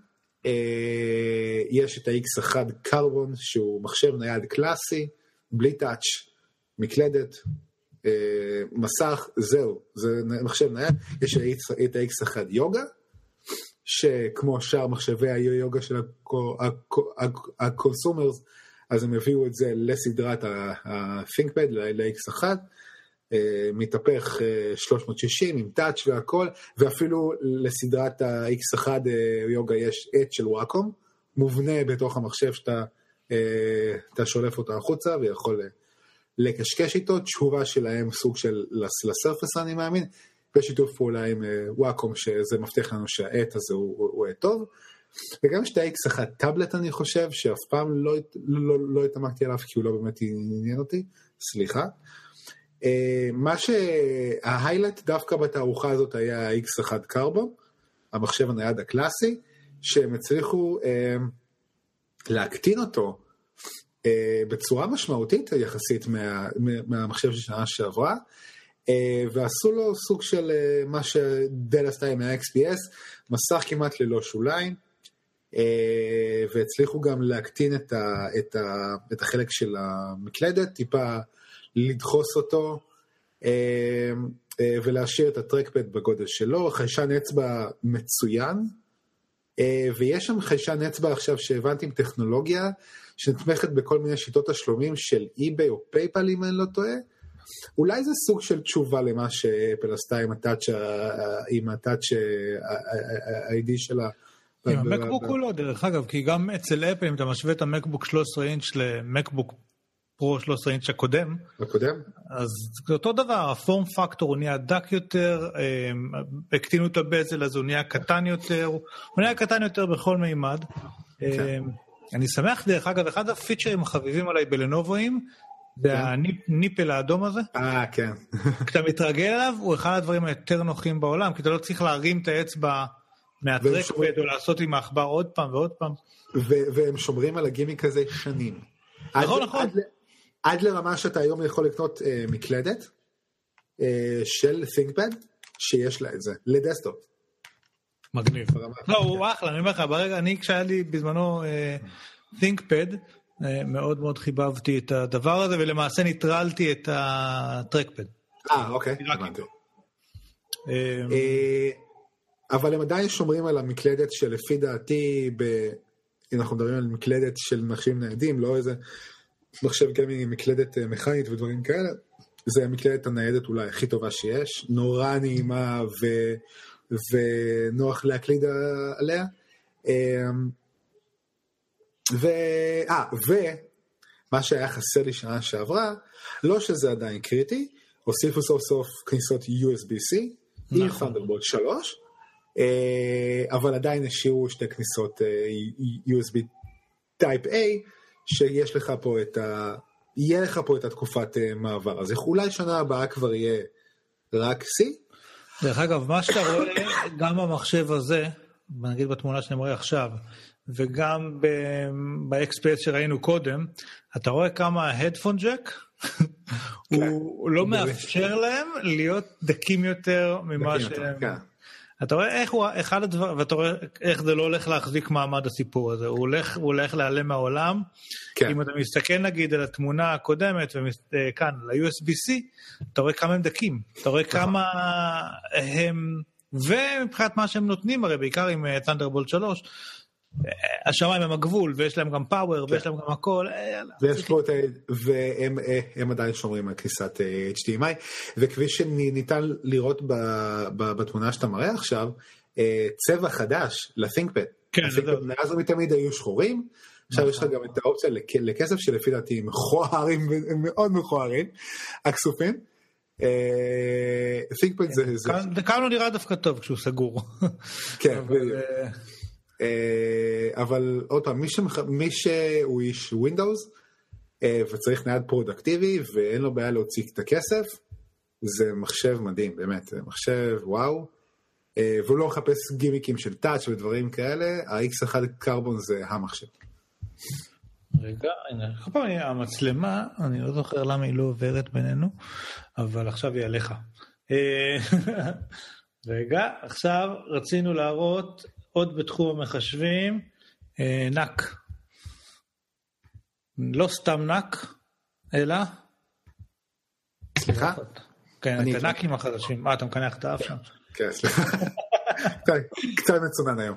יש את ה-X1 קרבון, שהוא מחשב נייד קלאסי, בלי טאץ', מקלדת, מסך, זהו, זה מחשב נייד. יש את ה-X1 יוגה, שכמו שאר מחשבי היוגה של הקונסומרס, אז הם הביאו את זה לסדרת ה-ThinkPad, ל-X1, מתהפך 360 עם טאץ' והכל, ואפילו לסדרת ה-X1 יוגה יש עט של וואקום, מובנה בתוך המחשב שאתה שולף אותו החוצה, ויכול לקשקש איתו. תשובה שלהם סוג של לסרפס, אני מאמין, בשיתוף פעולה עם וואקום, שזה מבטיח לנו שהעט הזה הוא עט טוב. וגם יש את ה-X1 טאבלט, אני חושב, שאף פעם לא התעמקתי עליו, כי הוא לא באמת עניין אותי, סליחה. מה שההיילט דווקא בתערוכה הזאת היה ה-X1 קרבון, המחשב הנייד הקלאסי, שהם הצליחו להקטין אותו בצורה משמעותית יחסית מהמחשב של שנה שעברה, ועשו לו סוג של מה שדל עשתה עם ה-XPS, מסך כמעט ללא שוליים, והצליחו גם להקטין את החלק של המקלדת, טיפה לדחוס אותו, ולהשאיר את הטרקפד בגודל שלו. חיישן אצבע מצוין, ויש שם חיישן אצבע עכשיו שהבנתי עם טכנולוגיה, שנתמכת בכל מיני שיטות השלומים של eBay או פייפל, אם אני לא טועה. אולי זה סוג של תשובה למה שאפל עשתה עם הטאץ' ה-ID שלה. עם המקבוק הוא לא, דרך אגב, כי גם אצל אפל, אם אתה משווה את המקבוק 13 אינץ' למקבוק פרו 13 אינץ' הקודם, אז זה אותו דבר, הפורם פקטור הוא נהיה דק יותר, הקטינו את הבזל, אז הוא נהיה קטן יותר, הוא נהיה קטן יותר בכל מימד. אני שמח, דרך אגב, אחד הפיצ'רים החביבים עליי בלנובואים, זה הניפל האדום הזה. כן. כשאתה מתרגל אליו, הוא אחד הדברים היותר נוחים בעולם, כי אתה לא צריך להרים את האצבע מהטרקפד, או לעשות עם האחבר עוד פעם ועוד פעם. והם שומרים על הגימיק הזה שנים. נכון, נכון. עד לרמה שאתה היום יכול לקנות מקלדת של ThinkPad, שיש לה את זה, לדסטופ. מגניב. לא, הוא אחלה, אני אומר לך, ברגע, כשהיה לי בזמנו ThinkPad, מאוד מאוד חיבבתי את הדבר הזה, ולמעשה ניטרלתי את הטרקפד. אוקיי, הבנתי. אבל הם עדיין שומרים על המקלדת שלפי דעתי, אם אנחנו מדברים על מקלדת של מחשבים ניידים, לא איזה מחשב גיימינג עם מקלדת מכנית ודברים כאלה, זה המקלדת הניידת אולי הכי טובה שיש, נורא נעימה ונוח להקליד עליה. ומה שהיה חסר לי שנה שעברה, לא שזה עדיין קריטי, הוסיפו סוף סוף כניסות USB-C עם Thunderbolt 3, אבל עדיין השאירו שתי כניסות USB Type A, שיש לך פה יהיה לך פה את התקופת מעבר, אז אולי שנה הבאה כבר יהיה רק C. דרך אגב, מה שאתה רואה גם במחשב הזה, נגיד בתמונה שאני רואה עכשיו, וגם ב-XPS שראינו קודם, אתה רואה כמה ההדפון ג'ק, הוא לא מאפשר להם להיות דקים יותר ממה שהם... אתה רואה איך הוא אחד הדבר, ואתה רואה איך זה לא הולך להחזיק מעמד הסיפור הזה, הוא הולך להיעלם מהעולם, אם אתה מסתכל נגיד על התמונה הקודמת, וכאן, ל-USB-C, אתה רואה כמה הם דקים, אתה רואה כמה הם, ומבחינת מה שהם נותנים, הרי בעיקר עם Thunderbolt 3, השמיים הם הגבול, ויש להם גם פאוור, ויש להם גם הכל, והם עדיין שומרים על כניסת HDMI, וכפי שניתן לראות בתמונה שאתה מראה עכשיו, צבע חדש ל-ThinkPad, מאז ומתמיד היו שחורים, עכשיו יש לך גם את האופציה לכסף שלפי דעתי הם מכוערים, הם מאוד מכוערים, הכסופים, ThinkPad זה... כאן הוא נראה דווקא טוב כשהוא סגור. כן, אבל עוד פעם, מי שהוא איש ווינדאוס וצריך נייד פרודקטיבי ואין לו בעיה להוציא את הכסף, זה מחשב מדהים, באמת, זה מחשב וואו, והוא לא מחפש גימיקים של טאץ' ודברים כאלה, ה-X1 קרבון זה המחשב. רגע, המצלמה, אני לא זוכר למה היא לא עוברת בינינו, אבל עכשיו היא עליך. רגע, עכשיו רצינו להראות עוד בתחום המחשבים, נק. לא סתם נק, אלא... סליחה? כן, את הנקים החדשים. אתה מקנח את האף שם? כן, סליחה. קצת מצונן היום.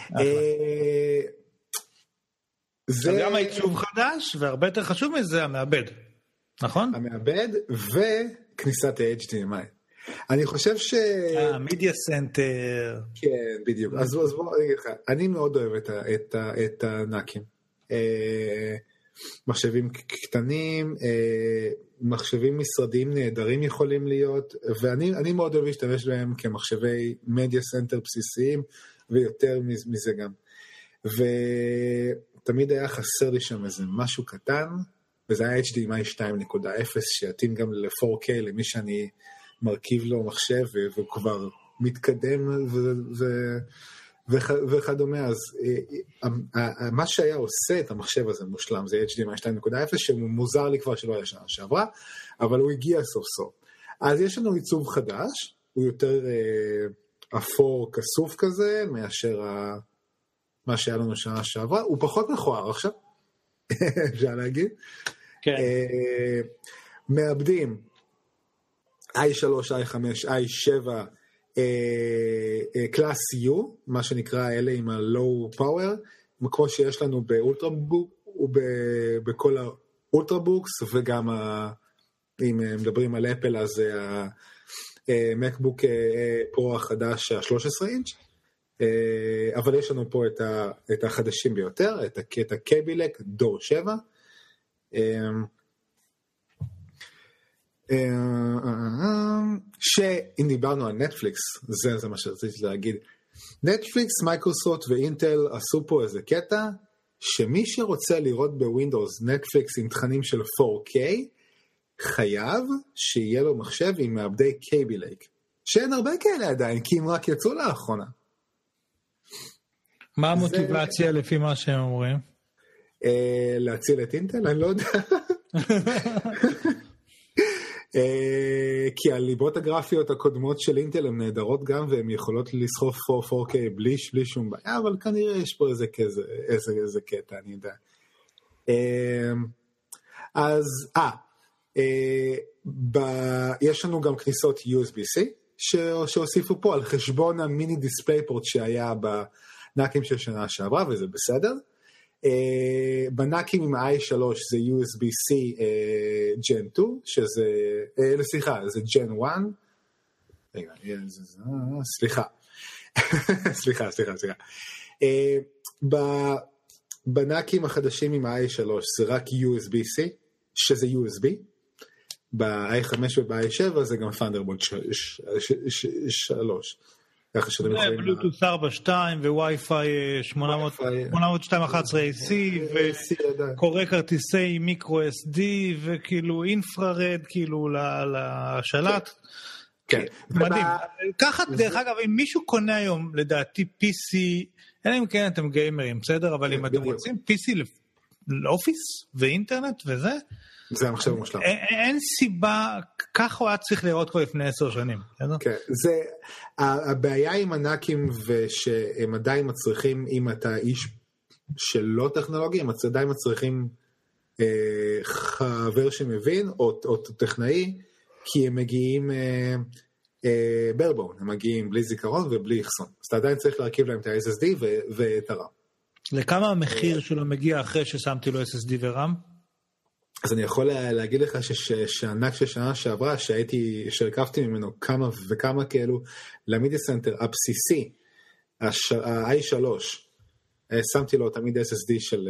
זה גם העיצוב חדש, והרבה יותר חשוב מזה, המעבד. נכון? המעבד וכניסת ה-HDMI. אני חושב מידיה סנטר. כן, בדיוק. אז בוא נגיד לך, אני מאוד אוהב את הנקים. מחשבים קטנים, מחשבים משרדיים נהדרים יכולים להיות, ואני מאוד אוהב להשתמש בהם כמחשבי מדיה סנטר בסיסיים, ויותר מזה גם. ותמיד היה חסר לי שם איזה משהו קטן, וזה היה HDMI 2.0, שיתאים גם ל-4K, למי שאני מרכיב לו מחשב, והוא כבר מתקדם וכדומה. אז מה שהיה עושה את המחשב הזה מושלם, זה HDMI 2.0, שמוזר לי כבר שלא היה שנה שעברה, אבל הוא הגיע סוף סוף. אז יש לנו עיצוב חדש, הוא יותר אפור כסוף כזה, מאשר מה שהיה לנו שנה שעברה, הוא פחות מכוער עכשיו, אפשר להגיד. כן. מעבדים i3, i5, i7, קלאס U, מה שנקרא אלה עם ה-low power, כמו שיש לנו באולטרבוק, ובכל האולטרבוקס, וגם אם מדברים על אפל, אז המקבוק פרו החדש, ה-13 אינץ', אבל יש לנו פה את החדשים ביותר, את הקבילק דור 7, שאם דיברנו על נטפליקס, זה מה שרציתי להגיד, נטפליקס, מייקרוסופט ואינטל עשו פה איזה קטע, שמי שרוצה לראות בווינדוס נטפליקס עם תכנים של 4K, חייב שיהיה לו מחשב עם מעבדי קייבי לייק, שאין הרבה כאלה עדיין, כי הם רק יצאו לאחרונה. מה המוטיבציה לפי מה שהם אומרים? להציל את אינטל? אני לא יודע. כי הליבות הגרפיות הקודמות של אינטל הן נהדרות גם, והן יכולות לסחוף 4K בלי שום בעיה, אבל כנראה יש פה איזה קטע, אני יודע. אז, יש לנו גם כניסות USB-C, שהוסיפו פה על חשבון המיני דיספלייפורט שהיה בנקים של שנה שעברה, וזה בסדר. בנקים עם i3 זה USB-C Gen 2, שזה, סליחה, זה Gen 1, רגע, סליחה, בנקים החדשים עם i3 זה רק USB-C, שזה USB, ב-i5 וב-i7 זה גם Thunderbolt 3, בלוטוס 4.2 ווי-פיי 802.11ac וקורא כרטיסי מיקרו SD וכאילו אינפרארד כאילו לשלט. כן. מדהים. ככה דרך אגב, אם מישהו קונה היום לדעתי PC, אלא אם כן אתם גיימרים, בסדר? אבל אם אתם רוצים PC לאופיס ואינטרנט וזה, זה המחשב מושלם. אין סיבה, ככה הוא היה צריך לראות כבר לפני 10 שנים. כן, הבעיה עם ענקים ושהם עדיין מצריכים, אם אתה איש שלא טכנולוגי, הם עדיין מצריכים חבר שמבין, או טכנאי, כי הם מגיעים ברבון, הם מגיעים בלי זיכרון ובלי אחסון. אז אתה עדיין צריך להרכיב להם את ה-SSD ואת הרם. לכמה המחיר שלו מגיע אחרי ששמתי לו SSD ורם? אז אני יכול להגיד לך שענק של שנה שעברה, שהרכבתי ממנו כמה וכמה כאלו, למידי סנטר הבסיסי, ה-i3, שמתי לו תמיד SSD של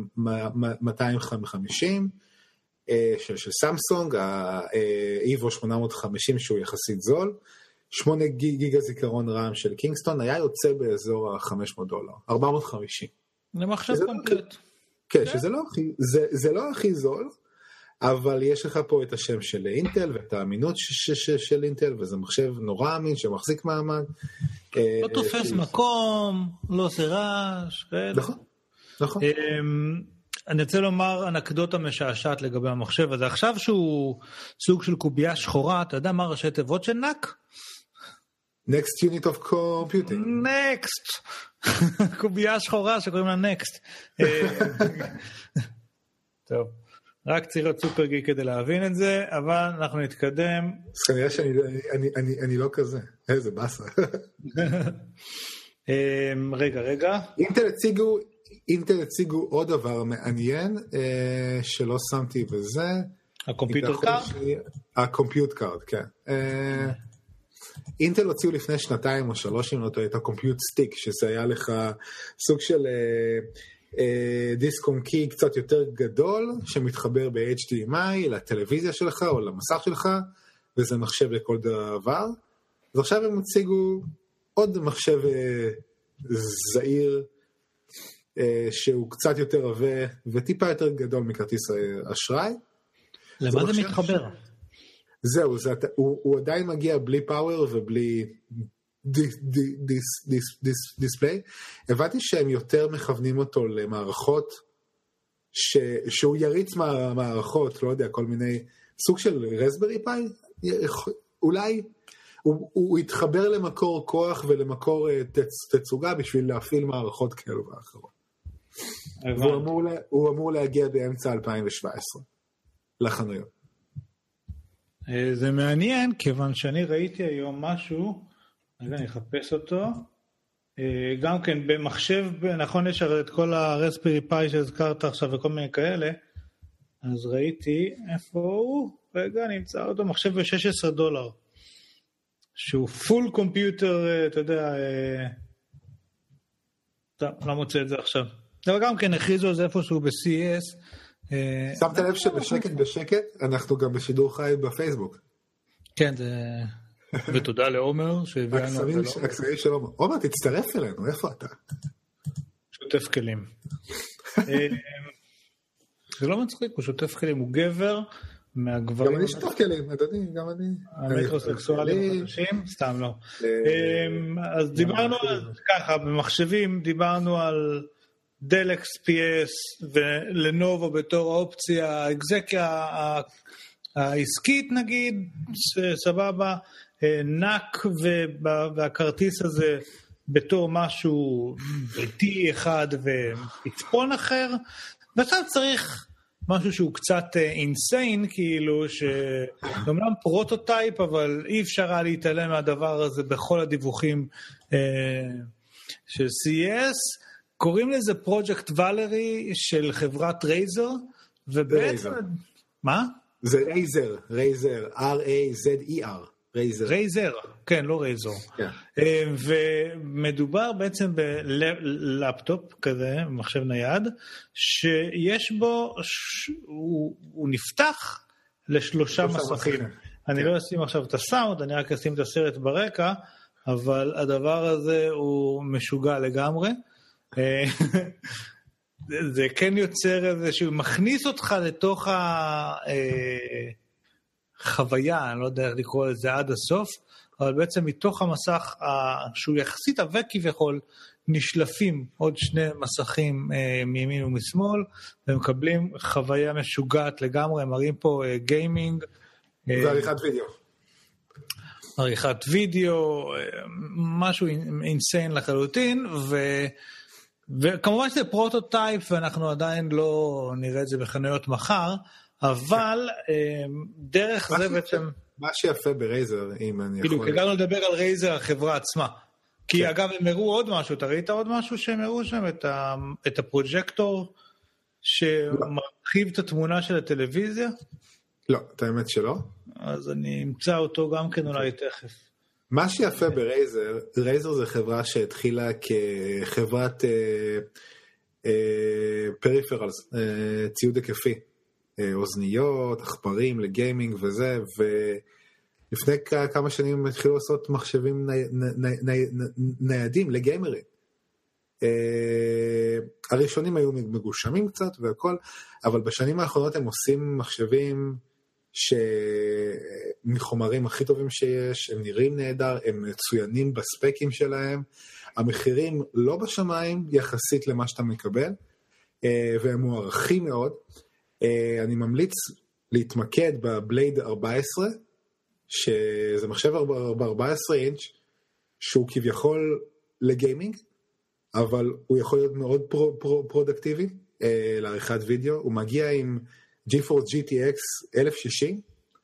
250, של סמסונג, ה-EVO 850 שהוא יחסית זול, 8 גיגה זיכרון רם של קינגסטון, היה יוצא באזור $500, 450. למחשב קומפלט. כן, שזה לא הכי זול, אבל יש לך פה את השם של אינטל, ואת האמינות של אינטל, וזה מחשב נורא אמין, שמחזיק מעמד. לא תופס מקום, לא עושה רעש. נכון. אני רוצה לומר אנקדוטה משעשעת לגבי המחשב הזה. עכשיו שהוא סוג של קובייה שחורה, אתה יודע מה ראשי תיבות של נק? Next Unit of Computing. Next. קובייה שחורה שקוראים לה Next. טוב. רק צריך להיות סופר גיק כדי להבין את זה, אבל אנחנו נתקדם. אז כנראה שאני לא כזה. איזה באסה. רגע. אינטל הציגו עוד דבר מעניין, שלא שמתי בזה. הקומפיוטר קארד? הקומפיוט קארד, כן. אינטל הוציאו לפני 2 או 3 אם לא טועה את הקומפיוט סטיק, שזה היה לך סוג של דיסק און קי קצת יותר גדול, שמתחבר ב-HDMI לטלוויזיה שלך או למסך שלך, וזה מחשב לכל דבר. אז עכשיו הם הציגו עוד מחשב זעיר, שהוא קצת יותר עבה, וטיפה יותר גדול מכרטיס אשראי. למה זה מתחבר? זהו, הוא עדיין מגיע בלי פאוור ובלי דיספליי. הבנתי שהם יותר מכוונים אותו למערכות, שהוא יריץ מערכות, לא יודע, כל מיני, סוג של רסברי פאי, אולי הוא יתחבר למקור כוח ולמקור תצוגה בשביל להפעיל מערכות כאלו ואחרות. הוא אמור להגיע באמצע 2017 לחנויות. זה מעניין, כיוון שאני ראיתי היום משהו, אני אחפש אותו, גם כן במחשב, נכון יש את כל הרספרי פאי שהזכרת עכשיו וכל מיני כאלה, אז ראיתי, איפה הוא? רגע, נמצא אותו, מחשב ב$16, שהוא פול קומפיוטר, אתה יודע, לא מוצא את זה עכשיו. אבל גם כן הכריזו על זה איפשהו ב-CES. שמת לב שבשקט אנחנו גם בשידור חי בפייסבוק. כן, ותודה לעומר שהביא לנו. הקסמים של עומר. עומר, תצטרף אלינו, איפה אתה? שוטף כלים. זה לא מצחיק, הוא שוטף כלים, הוא גבר מהגברים. גם אני שוטף כלים, אדוני, גם אני. המטרוסקסואלים החדשים? סתם לא. אז דיברנו ככה, במחשבים דיברנו על דל XPS ולנובו בתור האופציה, האקזקיה העסקית נגיד, סבבה, נק והכרטיס הזה בתור משהו ביתי אחד ופצפון אחר, ועכשיו צריך משהו שהוא קצת אינסיין, כאילו שאומנם פרוטוטייפ, אבל אי אפשר היה להתעלם מהדבר הזה בכל הדיווחים של CES, קוראים לזה פרויקט ולרי של חברת רייזר, ובעצם... מה? זה רייזר, R-A-Z-E-R. רייזר, כן, לא רייזר. ומדובר בעצם בלפטופ כזה, מחשב נייד, שיש בו, הוא נפתח ל3 מסכים. אני לא אשים עכשיו את הסאונד, אני רק אשים את הסרט ברקע, אבל הדבר הזה הוא משוגע לגמרי. זה כן יוצר איזשהו, מכניס אותך לתוך החוויה, אני לא יודע איך לקרוא לזה עד הסוף, אבל בעצם מתוך המסך שהוא יחסית עבה כביכול, נשלפים עוד שני מסכים מימין ומשמאל, ומקבלים חוויה משוגעת לגמרי, הם מראים פה גיימינג. ועריכת וידאו. עריכת וידאו, משהו אינסיין לחלוטין, וכמובן שזה פרוטוטייפ, ואנחנו עדיין לא נראה את זה בחנויות מחר, אבל דרך זה בעצם... מה שיפה ברייזר, אם אני יכול... כאילו, כדאנו לדבר על רייזר, החברה עצמה. כי אגב, הם הראו עוד משהו, אתה ראית עוד משהו שהם הראו שם? את הפרוג'קטור שמרחיב את התמונה של הטלוויזיה? לא, את האמת שלא. אז אני אמצא אותו גם כן אולי תכף. מה שיפה ברייזר, רייזר זה חברה שהתחילה כחברת פריפרלס, ציוד היקפי, אוזניות, אכפרים לגיימינג וזה, ולפני כמה שנים הם התחילו לעשות מחשבים ניידים לגיימרים. הראשונים היו מגושמים קצת והכל, אבל בשנים האחרונות הם עושים מחשבים שמחומרים הכי טובים שיש, הם נראים נהדר, הם מצוינים בספקים שלהם, המחירים לא בשמיים יחסית למה שאתה מקבל, והם מוערכים מאוד. אני ממליץ להתמקד בבלייד 14, שזה מחשב ב-14 אינץ', שהוא כביכול לגיימינג, אבל הוא יכול להיות מאוד פרודקטיבי לעריכת וידאו, הוא מגיע עם GeForce GTX 1060,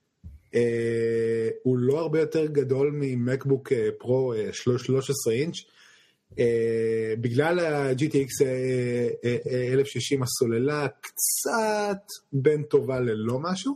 הוא לא הרבה יותר גדול ממקבוק פרו 13 אינץ', בגלל ה-GTX 1060 הסוללה קצת בין טובה ללא משהו,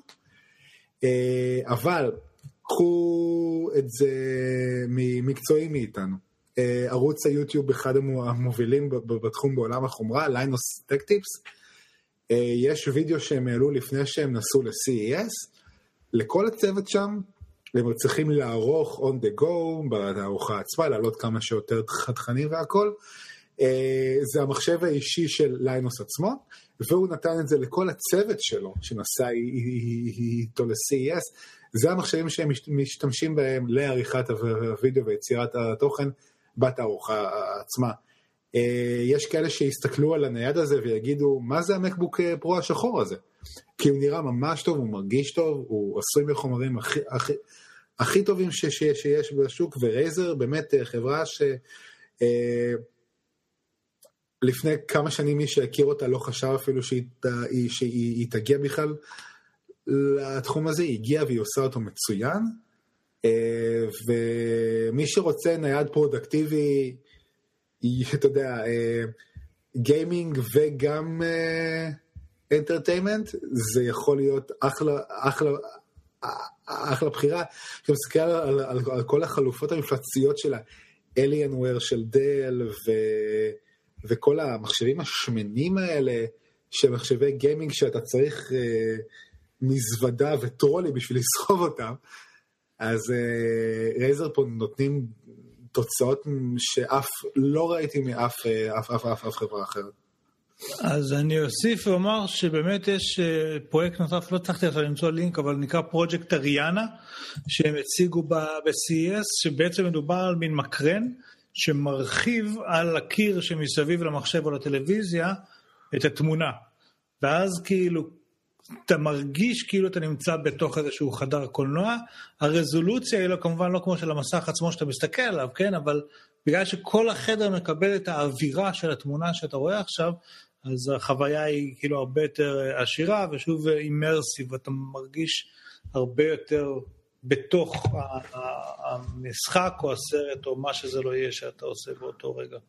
אבל קחו את זה מקצועי מאיתנו. ערוץ היוטיוב אחד המובילים בתחום בעולם החומרה, ליינוס טק טיפס, יש וידאו שהם העלו לפני שהם נסעו ל-CES, לכל הצוות שם, הם צריכים לערוך on the go, בתערוכה עצמה, לעלות כמה שיותר תכנים והכל, זה המחשב האישי של ליינוס עצמו, והוא נתן את זה לכל הצוות שלו, שנסע איתו ל-CES, זה המחשבים שהם משתמשים בהם לעריכת הוידאו ויצירת התוכן בתערוכה עצמה. יש כאלה שיסתכלו על הנייד הזה ויגידו, מה זה המקבוק פרו השחור הזה? כי הוא נראה ממש טוב, הוא מרגיש טוב, הוא עשוי מחומרים הכי טובים שיש בשוק, ורייזר באמת חברה לפני כמה שנים מי שהכיר אותה לא חשב אפילו שהיא תגיע בכלל לתחום הזה, היא הגיעה והיא עושה אותו מצוין, ומי שרוצה נייד פרודקטיבי, אתה יודע, גיימינג וגם אנטרטיימנט, זה יכול להיות אחלה בחירה. אתה מסתכל על כל החלופות המפלציות של ה-Alienware של דל, וכל המחשבים השמנים האלה, של מחשבי גיימינג שאתה צריך מזוודה וטרולי בשביל לסחוב אותם, אז רייזר פה נותנים תוצאות שאף לא ראיתי מאף חברה אחרת. אז אני אוסיף ואומר שבאמת יש פרויקט נוסף, לא צריכתי עכשיו למצוא לינק, אבל נקרא פרויקט אריאנה, שהם הציגו ב-CES, שבעצם מדובר על מין מקרן, שמרחיב על הקיר שמסביב למחשב או לטלוויזיה, את התמונה. ואז כאילו, אתה מרגיש כאילו אתה נמצא בתוך איזשהו חדר קולנוע, הרזולוציה היא לא, כמובן לא כמו של המסך עצמו שאתה מסתכל עליו, כן? אבל בגלל שכל החדר מקבל את האווירה של התמונה שאתה רואה עכשיו, אז החוויה היא כאילו הרבה יותר עשירה, ושוב אימרסיב, אתה מרגיש הרבה יותר בתוך המשחק או הסרט או מה שזה לא יהיה שאתה עושה באותו רגע.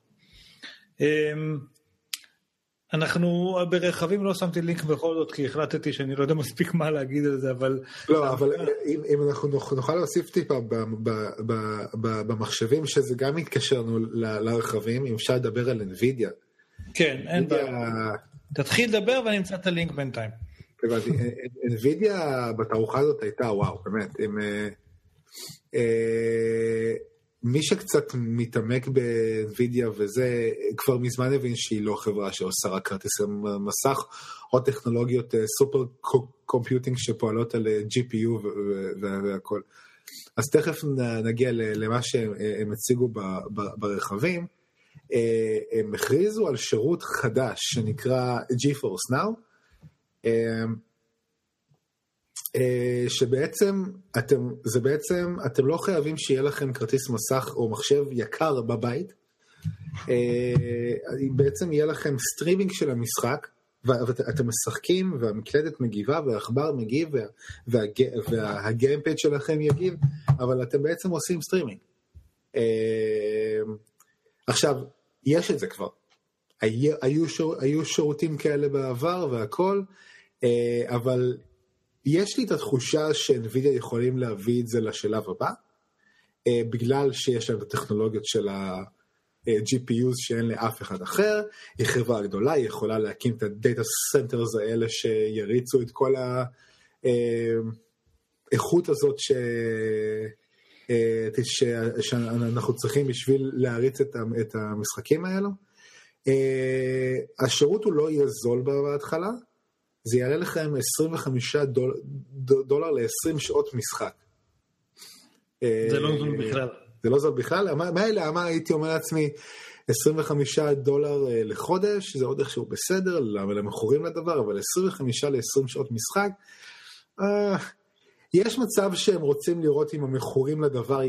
אנחנו ברכבים לא שמתי לינק בכל זאת, כי החלטתי שאני לא יודע מספיק מה להגיד על זה, אבל... לא, אבל אם אנחנו נוכל להוסיף טיפה במחשבים, שזה גם מתקשרנו לרכבים, אם אפשר לדבר על NVIDIA. כן, אין בעיה. תתחיל לדבר ואני אמצא את הלינק בינתיים. הבנתי, NVIDIA בתערוכה הזאת הייתה, וואו, באמת, מי שקצת מתעמק בNVIDIA וזה, כבר מזמן הבין שהיא לא חברה שעושה רק כרטיסי מסך, או טכנולוגיות סופר קומפיוטינג שפועלות על GPU והכל. אז תכף נגיע למה שהם הציגו ברכבים. הם הכריזו על שירות חדש שנקרא GeForce Now, שבעצם אתם לא חייבים שיהיה לכם כרטיס מסך או מחשב יקר בבית, בעצם יהיה לכם סטרימינג של המשחק, ואתם משחקים והמקלדת מגיבה והעכבר מגיב והגיימפד שלכם יגיב, אבל אתם בעצם עושים סטרימינג. עכשיו, יש את זה כבר. היו שירותים כאלה בעבר והכל, אבל יש לי את התחושה שאנווידיה יכולים להביא את זה לשלב הבא, בגלל שיש להם את הטכנולוגיות של ה-GPUs שאין לאף אחד אחר, היא חברה גדולה, היא יכולה להקים את ה-Data Centers האלה שיריצו את כל האיכות הזאת שאנחנו צריכים בשביל להריץ את המשחקים האלו. השירות הוא לא יהיה זול בהתחלה, זה יעלה לכם $25 ל-20 שעות משחק. זה לא זול בכלל. זה לא זול בכלל? מה הייתי אומר לעצמי, $25 לחודש, זה עוד איכשהו בסדר, למכורים לדבר, אבל 25 ל-20 שעות משחק, יש מצב שהם רוצים לראות אם המכורים לדבר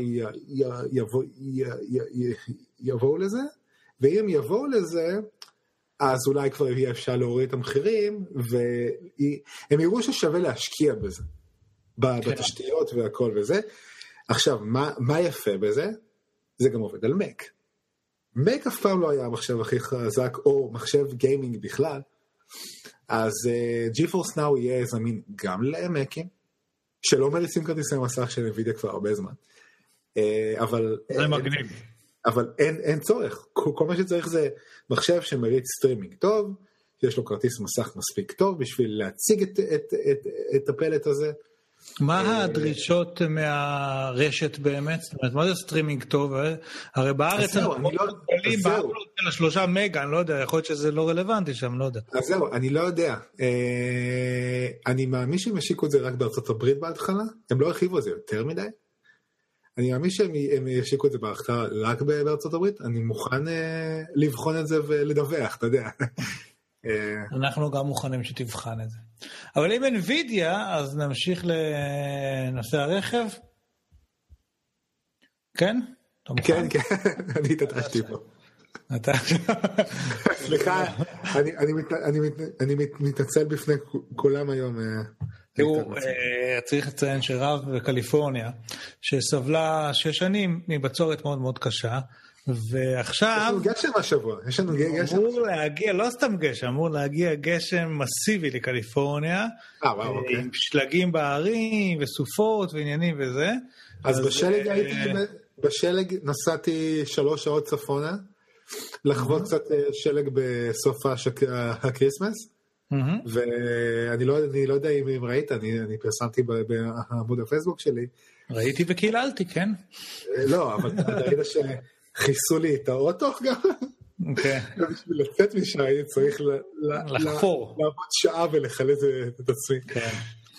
יבואו לזה, ואם יבואו לזה, אז אולי כבר יהיה אפשר להוריד את המחירים, והם יראו ששווה להשקיע בזה, בתשתיות והכל וזה. עכשיו, מה יפה בזה? זה גם עובד על מק. מק אף פעם לא היה המחשב הכי חזק, או מחשב גיימינג בכלל, אז GeForce Now יהיה זמין גם למקים, שלא מריצים כרטיסי מסך של NVIDIA כבר הרבה זמן. אבל זה מגניב. אבל אין צורך. כל מה שצריך זה מחשב שמריץ סטרימינג טוב, יש לו כרטיס מסך מספיק טוב בשביל להציג את הפלט הזה. מה הדרישות מהרשת באמת? זאת אומרת, מה זה סטרימינג טוב? הרי בארץ אנחנו גדולים, בארץ של 3 מגה, אני לא יודע, יכול להיות שזה לא רלוונטי שם, לא יודע. אז זהו, אני לא יודע. אני מאמין שהם השיקו את זה רק בארצות הברית בהתחלה, הם לא הרחיבו את זה יותר מדי. אני מאמין שהם ישיקו את זה בהתחלה רק בארצות הברית, אני מוכן לבחון את זה ולדווח, אתה יודע. אנחנו גם מוכנים שתבחן את זה. אבל אם NVIDIA, אז נמשיך לנושא הרכב. כן? כן, כן, אני התעטרשתי פה. סליחה, אני מתנצל בפני כולם היום. תראו, צריך לציין שרב בקליפורניה, שסבלה 6 שנים מבצורת מאוד מאוד קשה, ועכשיו... יש לנו גשם השבוע, יש לנו גשם. אמור להגיע, לא סתם גשם, אמור להגיע גשם מסיבי לקליפורניה, עם שלגים בערים וסופות ועניינים וזה. אז בשלג הייתי, בשלג נסעתי 3 שעות צפונה, לחוות קצת שלג בסוף הקריסמס, ואני לא יודע אם ראית, אני פרסמתי בעמוד הפייסבוק שלי. ראיתי וקיללתי, כן? לא, אבל אתה ראית שחיסו לי את האוטו גם? כן. בשביל לצאת משם, אני צריך לחפור. לעבוד שעה ולחלץ את עצמי. כן.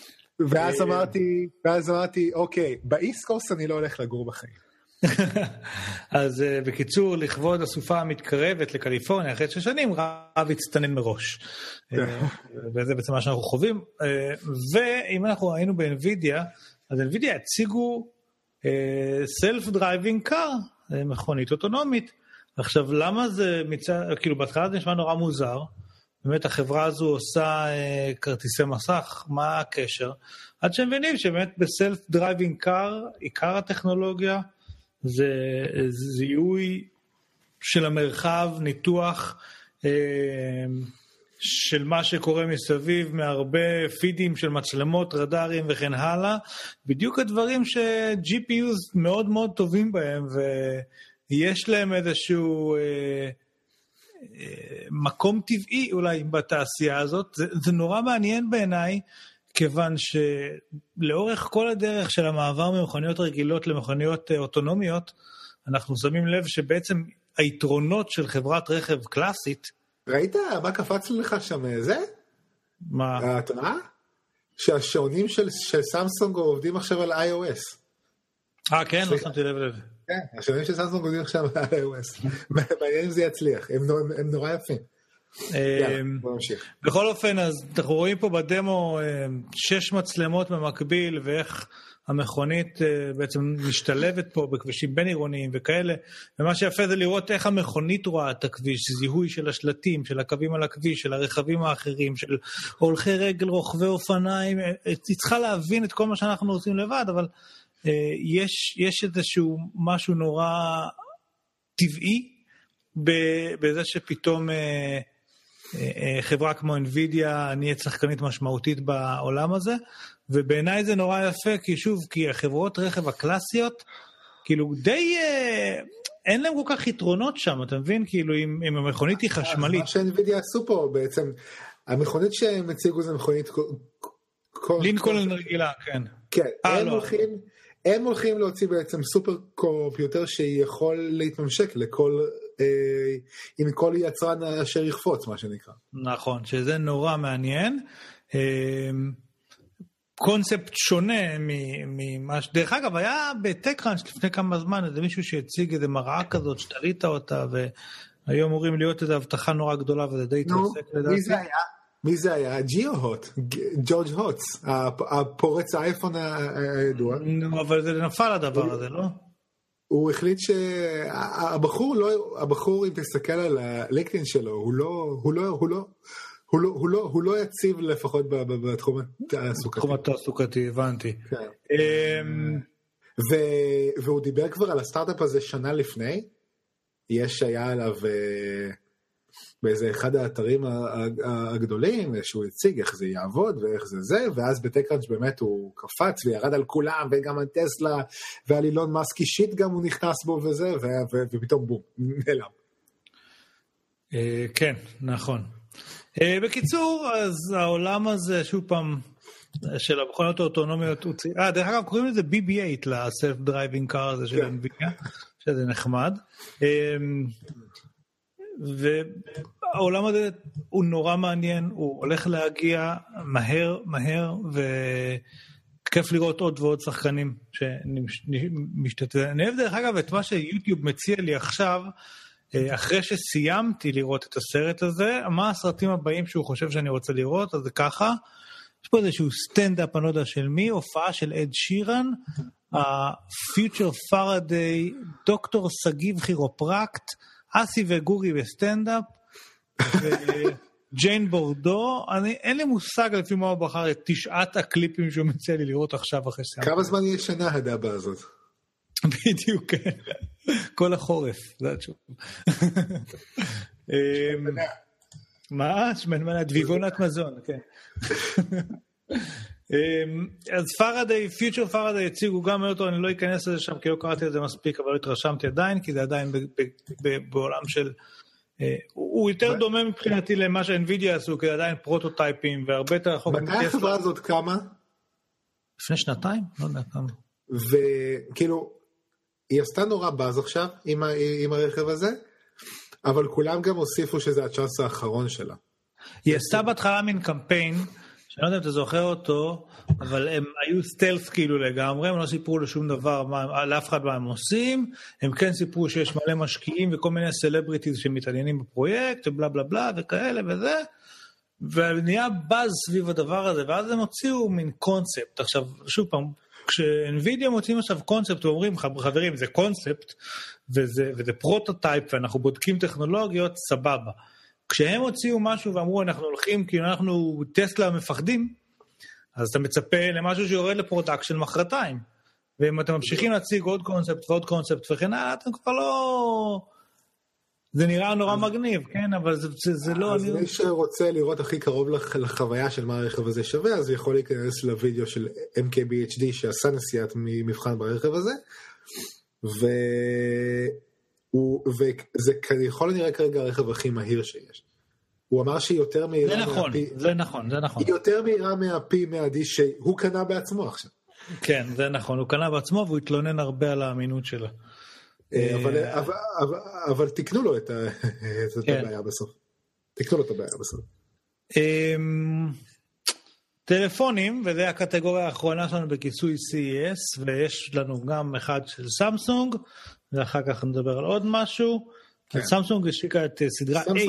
ואז אמרתי, אוקיי, באיסט קוסט אני לא הולך לגור בחיים. אז בקיצור, לכבוד הסופה המתקרבת לקליפורניה, אחרי 6 שנים, רב הצטנן מראש. וזה בעצם מה שאנחנו חווים. ואם אנחנו היינו באנווידיה, אז אנווידיה הציגו self-driving car, מכונית אוטונומית. עכשיו, למה זה כאילו בהתחלה זה נשמע נורא מוזר, באמת החברה הזו עושה כרטיסי מסך, מה הקשר? עד שהם מבינים שבאמת ב-self-driving car, עיקר הטכנולוגיה, זה זיהוי של המרחב, ניתוח של מה שקורה מסביב, מהרבה פידים של מצלמות, רדארים וכן הלאה, בדיוק הדברים ש-GPUs מאוד מאוד טובים בהם, ויש להם איזשהו מקום טבעי אולי בתעשייה הזאת. זה נורא מעניין בעיניי, כיוון שלאורך כל הדרך של המעבר ממכוניות רגילות למכוניות אוטונומיות, אנחנו שמים לב שבעצם היתרונות של חברת רכב קלאסית... ראית מה קפץ לך שם זה? מה? ההתראה? שהשעונים של סמסונג עובדים עכשיו על iOS. כן, לא שמתי לב. כן, השעונים של סמסונג עובדים עכשיו על iOS. מעניין אם זה יצליח, הם נורא יפים. בכל אופן, אז אנחנו רואים פה בדמו 6 מצלמות במקביל, ואיך המכונית בעצם משתלבת פה בכבישים בין עירוניים וכאלה, ומה שיפה זה לראות איך המכונית רואה את הכביש, זיהוי של השלטים, של הקווים על הכביש, של הרכבים האחרים, של הולכי רגל, רוכבי אופניים, היא צריכה להבין את כל מה שאנחנו עושים לבד, אבל יש איזשהו משהו נורא טבעי בזה שפתאום חברה כמו NVIDIA נהיית שחקנית משמעותית בעולם הזה, ובעיניי זה נורא יפה, כי שוב, כי החברות רכב הקלאסיות, כאילו די, אין להם כל כך יתרונות שם, אתה מבין? כאילו, אם המכונית היא חשמלית. מה ש-NVIDIA עשו פה בעצם, המכונית שהם הציגו זה מכונית... לינקולן רגילה, כן. כן, הם הולכים להוציא בעצם סופר קומפיוטר שיכול להתממשק עם כל יצרן אשר יחפוץ, מה שנקרא. נכון, שזה נורא מעניין. קונספט שונה ממש, דרך אגב, היה בטקראנץ' לפני כמה זמן, איזה מישהו שהציג איזה מראה כזאת, שתלית אותה, והיום אמורים להיות איזו הבטחה נורא גדולה, וזה די התרסק לדעתי. מי זה היה? ג'יו-הוט, ג'ורג' הוטס, הפורץ האייפון הידוע. אבל זה נפל הדבר הזה, לא? הוא החליט שהבחור, אם תסתכל על הלינקדאין שלו, הוא לא יציב לפחות בתחום התעסוקתי. בתחום התעסוקתי, הבנתי. והוא דיבר כבר על הסטארט-אפ הזה שנה לפני, היה עליו באיזה אחד האתרים הגדולים, שהוא הציג איך זה יעבוד ואיך זה, ואז בטקראנץ' באמת הוא קפץ וירד על כולם, וגם על טסלה, ועל אילון מאסק אישית גם הוא נכנס בו וזה, ופתאום בום, נעלם. כן, נכון. בקיצור, אז העולם הזה, שוב פעם, של המכונות האוטונומיות, דרך אגב, קוראים לזה BB8, ל-Self-Driving Car הזה של NVIDIA, שזה נחמד. והעולם הזה הוא נורא מעניין, הוא הולך להגיע מהר, וכיף לראות עוד ועוד שחקנים שמשתתפים. אני אוהב דרך אגב את מה שיוטיוב מציע לי עכשיו, אחרי שסיימתי לראות את הסרט הזה, מה הסרטים הבאים שהוא חושב שאני רוצה לראות, אז זה ככה, יש פה איזשהו סטנדאפ, אני לא יודע של מי, הופעה של אד שירן, פיוטר פארדיי, דוקטור סגיב כירופרקט, אסי וגורי בסטנדאפ, וג'יין בורדו, אין לי מושג לפי מה הוא בחר את 9 הקליפים שהוא מציע לי לראות עכשיו אחרי סיימתי. כמה זמן יש שנה הדאבה הזאת? בדיוק, כן. כל החורף, זה התשוב. מה? שמנמנה, דביבונת מזון, כן. אז פארדיי, פיוטר פארדיי הציגו גם אותו, אני לא אכנס לזה שם כי לא קראתי את זה מספיק, אבל לא התרשמתי עדיין, כי זה עדיין בעולם של... הוא יותר דומה מבחינתי למה ש-NVIDIA עשו, כי זה עדיין פרוטוטייפים, והרבה יותר רחוק... מתי החברה הזאת קמה? לפני 2? לא יודע כמה. וכאילו, היא עשתה נורא באז עכשיו עם הרכב הזה, אבל כולם גם הוסיפו שזה הצ'אנס האחרון שלה. היא עשתה בהתחלה מין קמפיין, שאני לא יודע אם אתה זוכר אותו, אבל הם היו סטלס כאילו לגמרי, הם לא סיפרו לשום דבר, לאף אחד מה הם עושים, הם כן סיפרו שיש מלא משקיעים וכל מיני סלבריטיז שמתעניינים בפרויקט, ובלה בלה בלה וכאלה וזה, ונהיה באז סביב הדבר הזה, ואז הם הוציאו מין קונספט. עכשיו, שוב פעם, כשאנווידיה מוצאים עכשיו קונספט, ואומרים, חברים, זה קונספט, וזה פרוטוטייפ, ואנחנו בודקים טכנולוגיות, סבבה. כשהם הוציאו משהו ואמרו, אנחנו הולכים, כי אנחנו טסלה מפחדים, אז אתה מצפה למשהו שיורד לפרודקשן מחרתיים. ואם אתם ממשיכים להציג עוד קונספט ועוד קונספט וכן הלאה, אתם כבר לא... זה נראה נורא מגניב, כן? אבל זה לא... אז מי שרוצה לראות הכי קרוב לחוויה של מה הרכב הזה שווה, אז יכול להיכנס לוידאו של MKBHD שעשה נסיעת מבחן ברכב הזה, וזה יכול לנראה כרגע הרכב הכי מהיר שיש. הוא אמר שהיא יותר מהירה... זה נכון. היא יותר מהירה מה-P100D שהוא קנה בעצמו עכשיו. כן, זה נכון. הוא קנה בעצמו והוא התלונן הרבה על האמינות שלה. אבל תקנו לו את הבעיה בסוף. תקנו לו את הבעיה בסוף. טלפונים, וזה הקטגוריה האחרונה שלנו בכיסוי CES, ויש לנו גם אחד של סמסונג, ואחר כך נדבר על עוד משהו. סמסונג השיקה את סדרה A.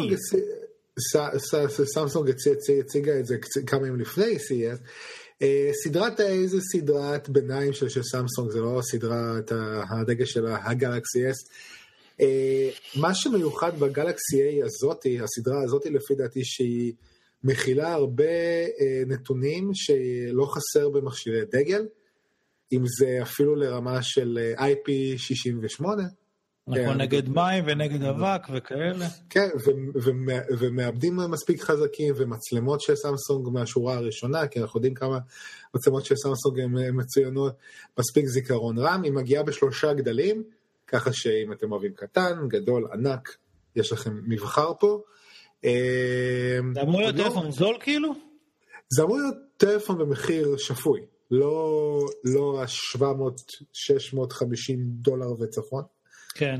סמסונג הציגה את זה כמה ימים לפני CES. סדרת A זה סדרת ביניים של סמסונג, זה לא סדרת הדגל של הגלקסי S. מה שמיוחד בגלקסי A הזאת, הסדרה הזאת לפי דעתי שהיא מכילה הרבה נתונים שלא חסר במכשירי דגל, אם זה אפילו לרמה של IP68. נכון, נגד מים ונגד אבק וכאלה. כן, ומעבדים מספיק חזקים, ומצלמות של סמסונג מהשורה הראשונה, כי אנחנו יודעים כמה מצלמות של סמסונג הן מצוינות, מספיק זיכרון רם, היא מגיעה ב3 גדלים, ככה שאם אתם אוהבים קטן, גדול, ענק, יש לכם מבחר פה. זה אמור להיות טלפון זול כאילו? זה אמור להיות טלפון במחיר שפוי, לא $700-650 וצפון. כן.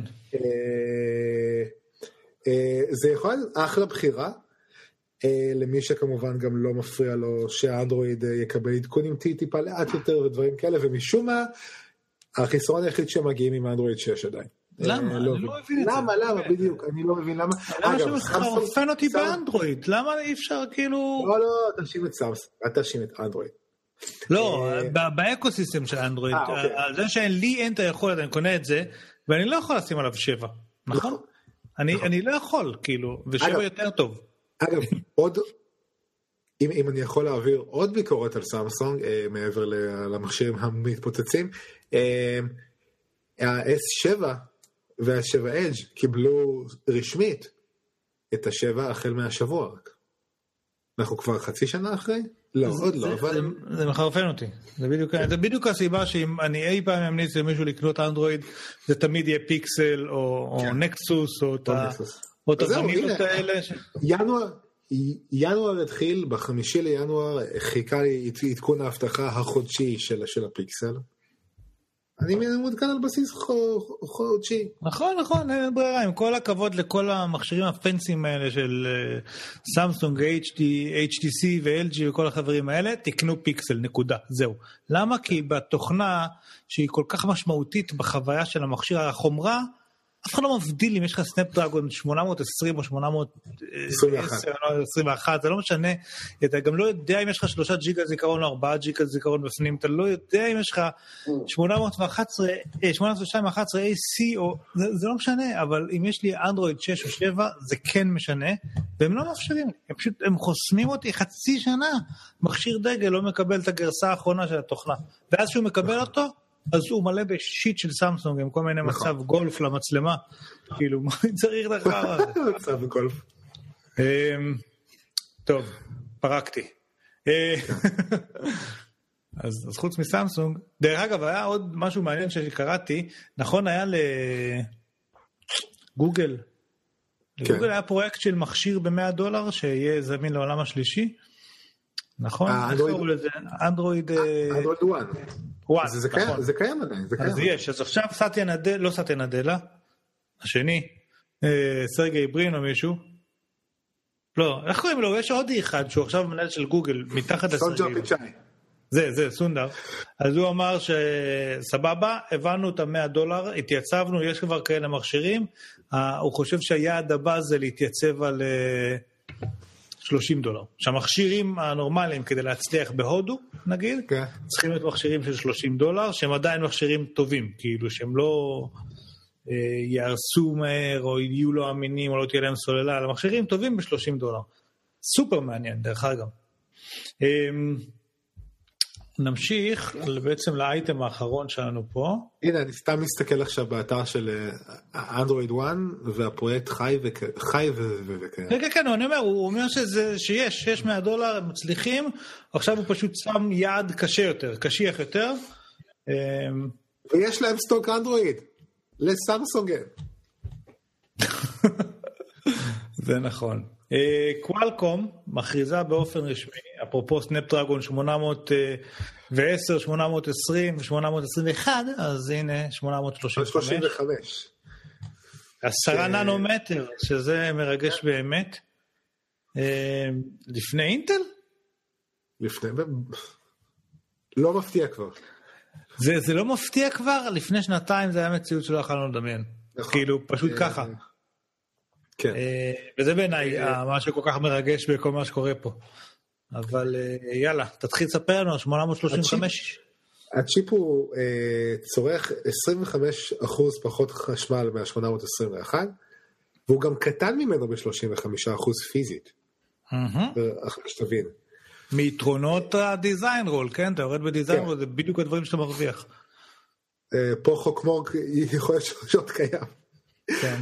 זה יכול להיות אחלה בחירה, למי שכמובן גם לא מפריע לו שהאנדרואיד יקבל עדכונים טיפה לאט יותר ודברים כאלה, ומשום מה, החיסרון היחיד שמגיעים עם האנדרואיד 6 עדיין. למה? אני לא מבין את זה. למה? בדיוק, אני לא מבין למה. למה שמחרפן אותי באנדרואיד? למה אי אפשר כאילו... לא, תאשים את סמסונג, תאשים את אנדרואיד. לא, באקוסיסטם של אנדרואיד, על זה לי אין את היכולת, אני קונה את זה, ואני לא יכול לשים עליו 7, נכון? אני לא יכול, כאילו, ו7 יותר טוב. אגב, עוד, אם אני יכול להעביר עוד ביקורת על סמסונג, מעבר למכשירים המתפוצצים, ה-S7 וה-7 Edge קיבלו רשמית את ה-7 החל מהשבוע רק. אנחנו כבר חצי שנה אחרי? לא, עוד לא, אבל... זה מחרפן אותי. זה בדיוק הסיבה שאם אני אי פעם אמליץ למישהו לקנות אנדרואיד, זה תמיד יהיה פיקסל או נקסוס או את הפמילות האלה. ינואר התחיל, ב5 לינואר חיכה לי עדכון ההבטחה החודשי של הפיקסל. אני מעודכן על בסיס חודשי. נכון, אין ברירה, עם כל הכבוד לכל המכשירים הפנסיים האלה של סמסונג, HTC ו-LG וכל החברים האלה, תקנו פיקסל, נקודה, זהו. למה? כי בתוכנה שהיא כל כך משמעותית בחוויה של המכשיר, החומרה, אף אחד לא מבדיל אם יש לך סנפדרגון 820 או 821, זה לא משנה, אתה גם לא יודע אם יש לך 3 ג'יגה זיכרון או 4 ג'יגה זיכרון בפנים, אתה לא יודע אם יש לך 811 AC, זה לא משנה, אבל אם יש לי אנדרואיד 6 או 7, זה כן משנה, והם לא מאפשרים, הם חוסמים אותי חצי שנה, מכשיר דגל לא מקבל את הגרסה האחרונה של התוכנה, ואז שהוא מקבל אותו, אז הוא מלא בשיט של סמסונג, עם כל מיני מצב גולף למצלמה. כאילו, מה צריך לחר הזה? מצב גולף. טוב, פרקתי. אז חוץ מסמסונג, דרך אגב, היה עוד משהו מעניין שקראתי, נכון היה לגוגל. לגוגל היה פרויקט של מכשיר $100, שיהיה זמין לעולם השלישי. נכון? אנדרואיד 1. זה קיים עדיין. אז יש, אז עכשיו סטיה נדלה, לא סטיה נדלה, השני, סרגי ברין או מישהו, לא, איך קוראים לו? יש עוד אחד שהוא עכשיו מנהל של גוגל, מתחת לסרגי. זה, סונדר. אז הוא אמר שסבבה, הבנו את $100, התייצבנו, יש כבר כאלה מכשירים, הוא חושב שהיעד הבא זה להתייצב על $30. שהמכשירים הנורמליים כדי להצליח בהודו, נגיד, צריכים להיות מכשירים של $30, שהם עדיין מכשירים טובים, כאילו שהם לא יערסו מהר, או יהיו לא אמינים, או לא תהיה להם סוללה, אלא מכשירים טובים $30. סופר מעניין, דרך אגב. נמשיך בעצם לאייטם האחרון שלנו פה. הנה, אני סתם מסתכל עכשיו באתר של אנדרואיד 1, והפרויקט חי וכאלה. כן, אני אומר, הוא אומר שיש $100, הם מצליחים, עכשיו הוא פשוט שם יעד קשה יותר, קשיח יותר. ויש להם סטוק אנדרואיד, לסמסונג. זה נכון. קוואלקום מכריזה באופן רשמי, אפרופו סנפדרגון 810, 820 ו-821, אז הנה 835. 10 ננומטר, שזה מרגש באמת. לפני אינטל? לפני, לא מפתיע כבר. זה לא מפתיע כבר? לפני שנתיים זה היה מציאות שלא יכולנו לדמיין. כאילו, פשוט ככה. כן. וזה בעיניי מה שכל כך מרגש בכל מה שקורה פה. אבל יאללה, תתחיל לספר לנו, 835. הצ'יפ הוא צורך 25% פחות חשמל מה-821, והוא גם קטן ממנו ב-35% פיזית. אחרי שתבין. מיתרונות הדיזיין רול, כן? אתה יורד בדיזיין רול, זה בדיוק הדברים שאתה מרוויח. פה חוק מורק יכול להיות שעוד קיים. כן.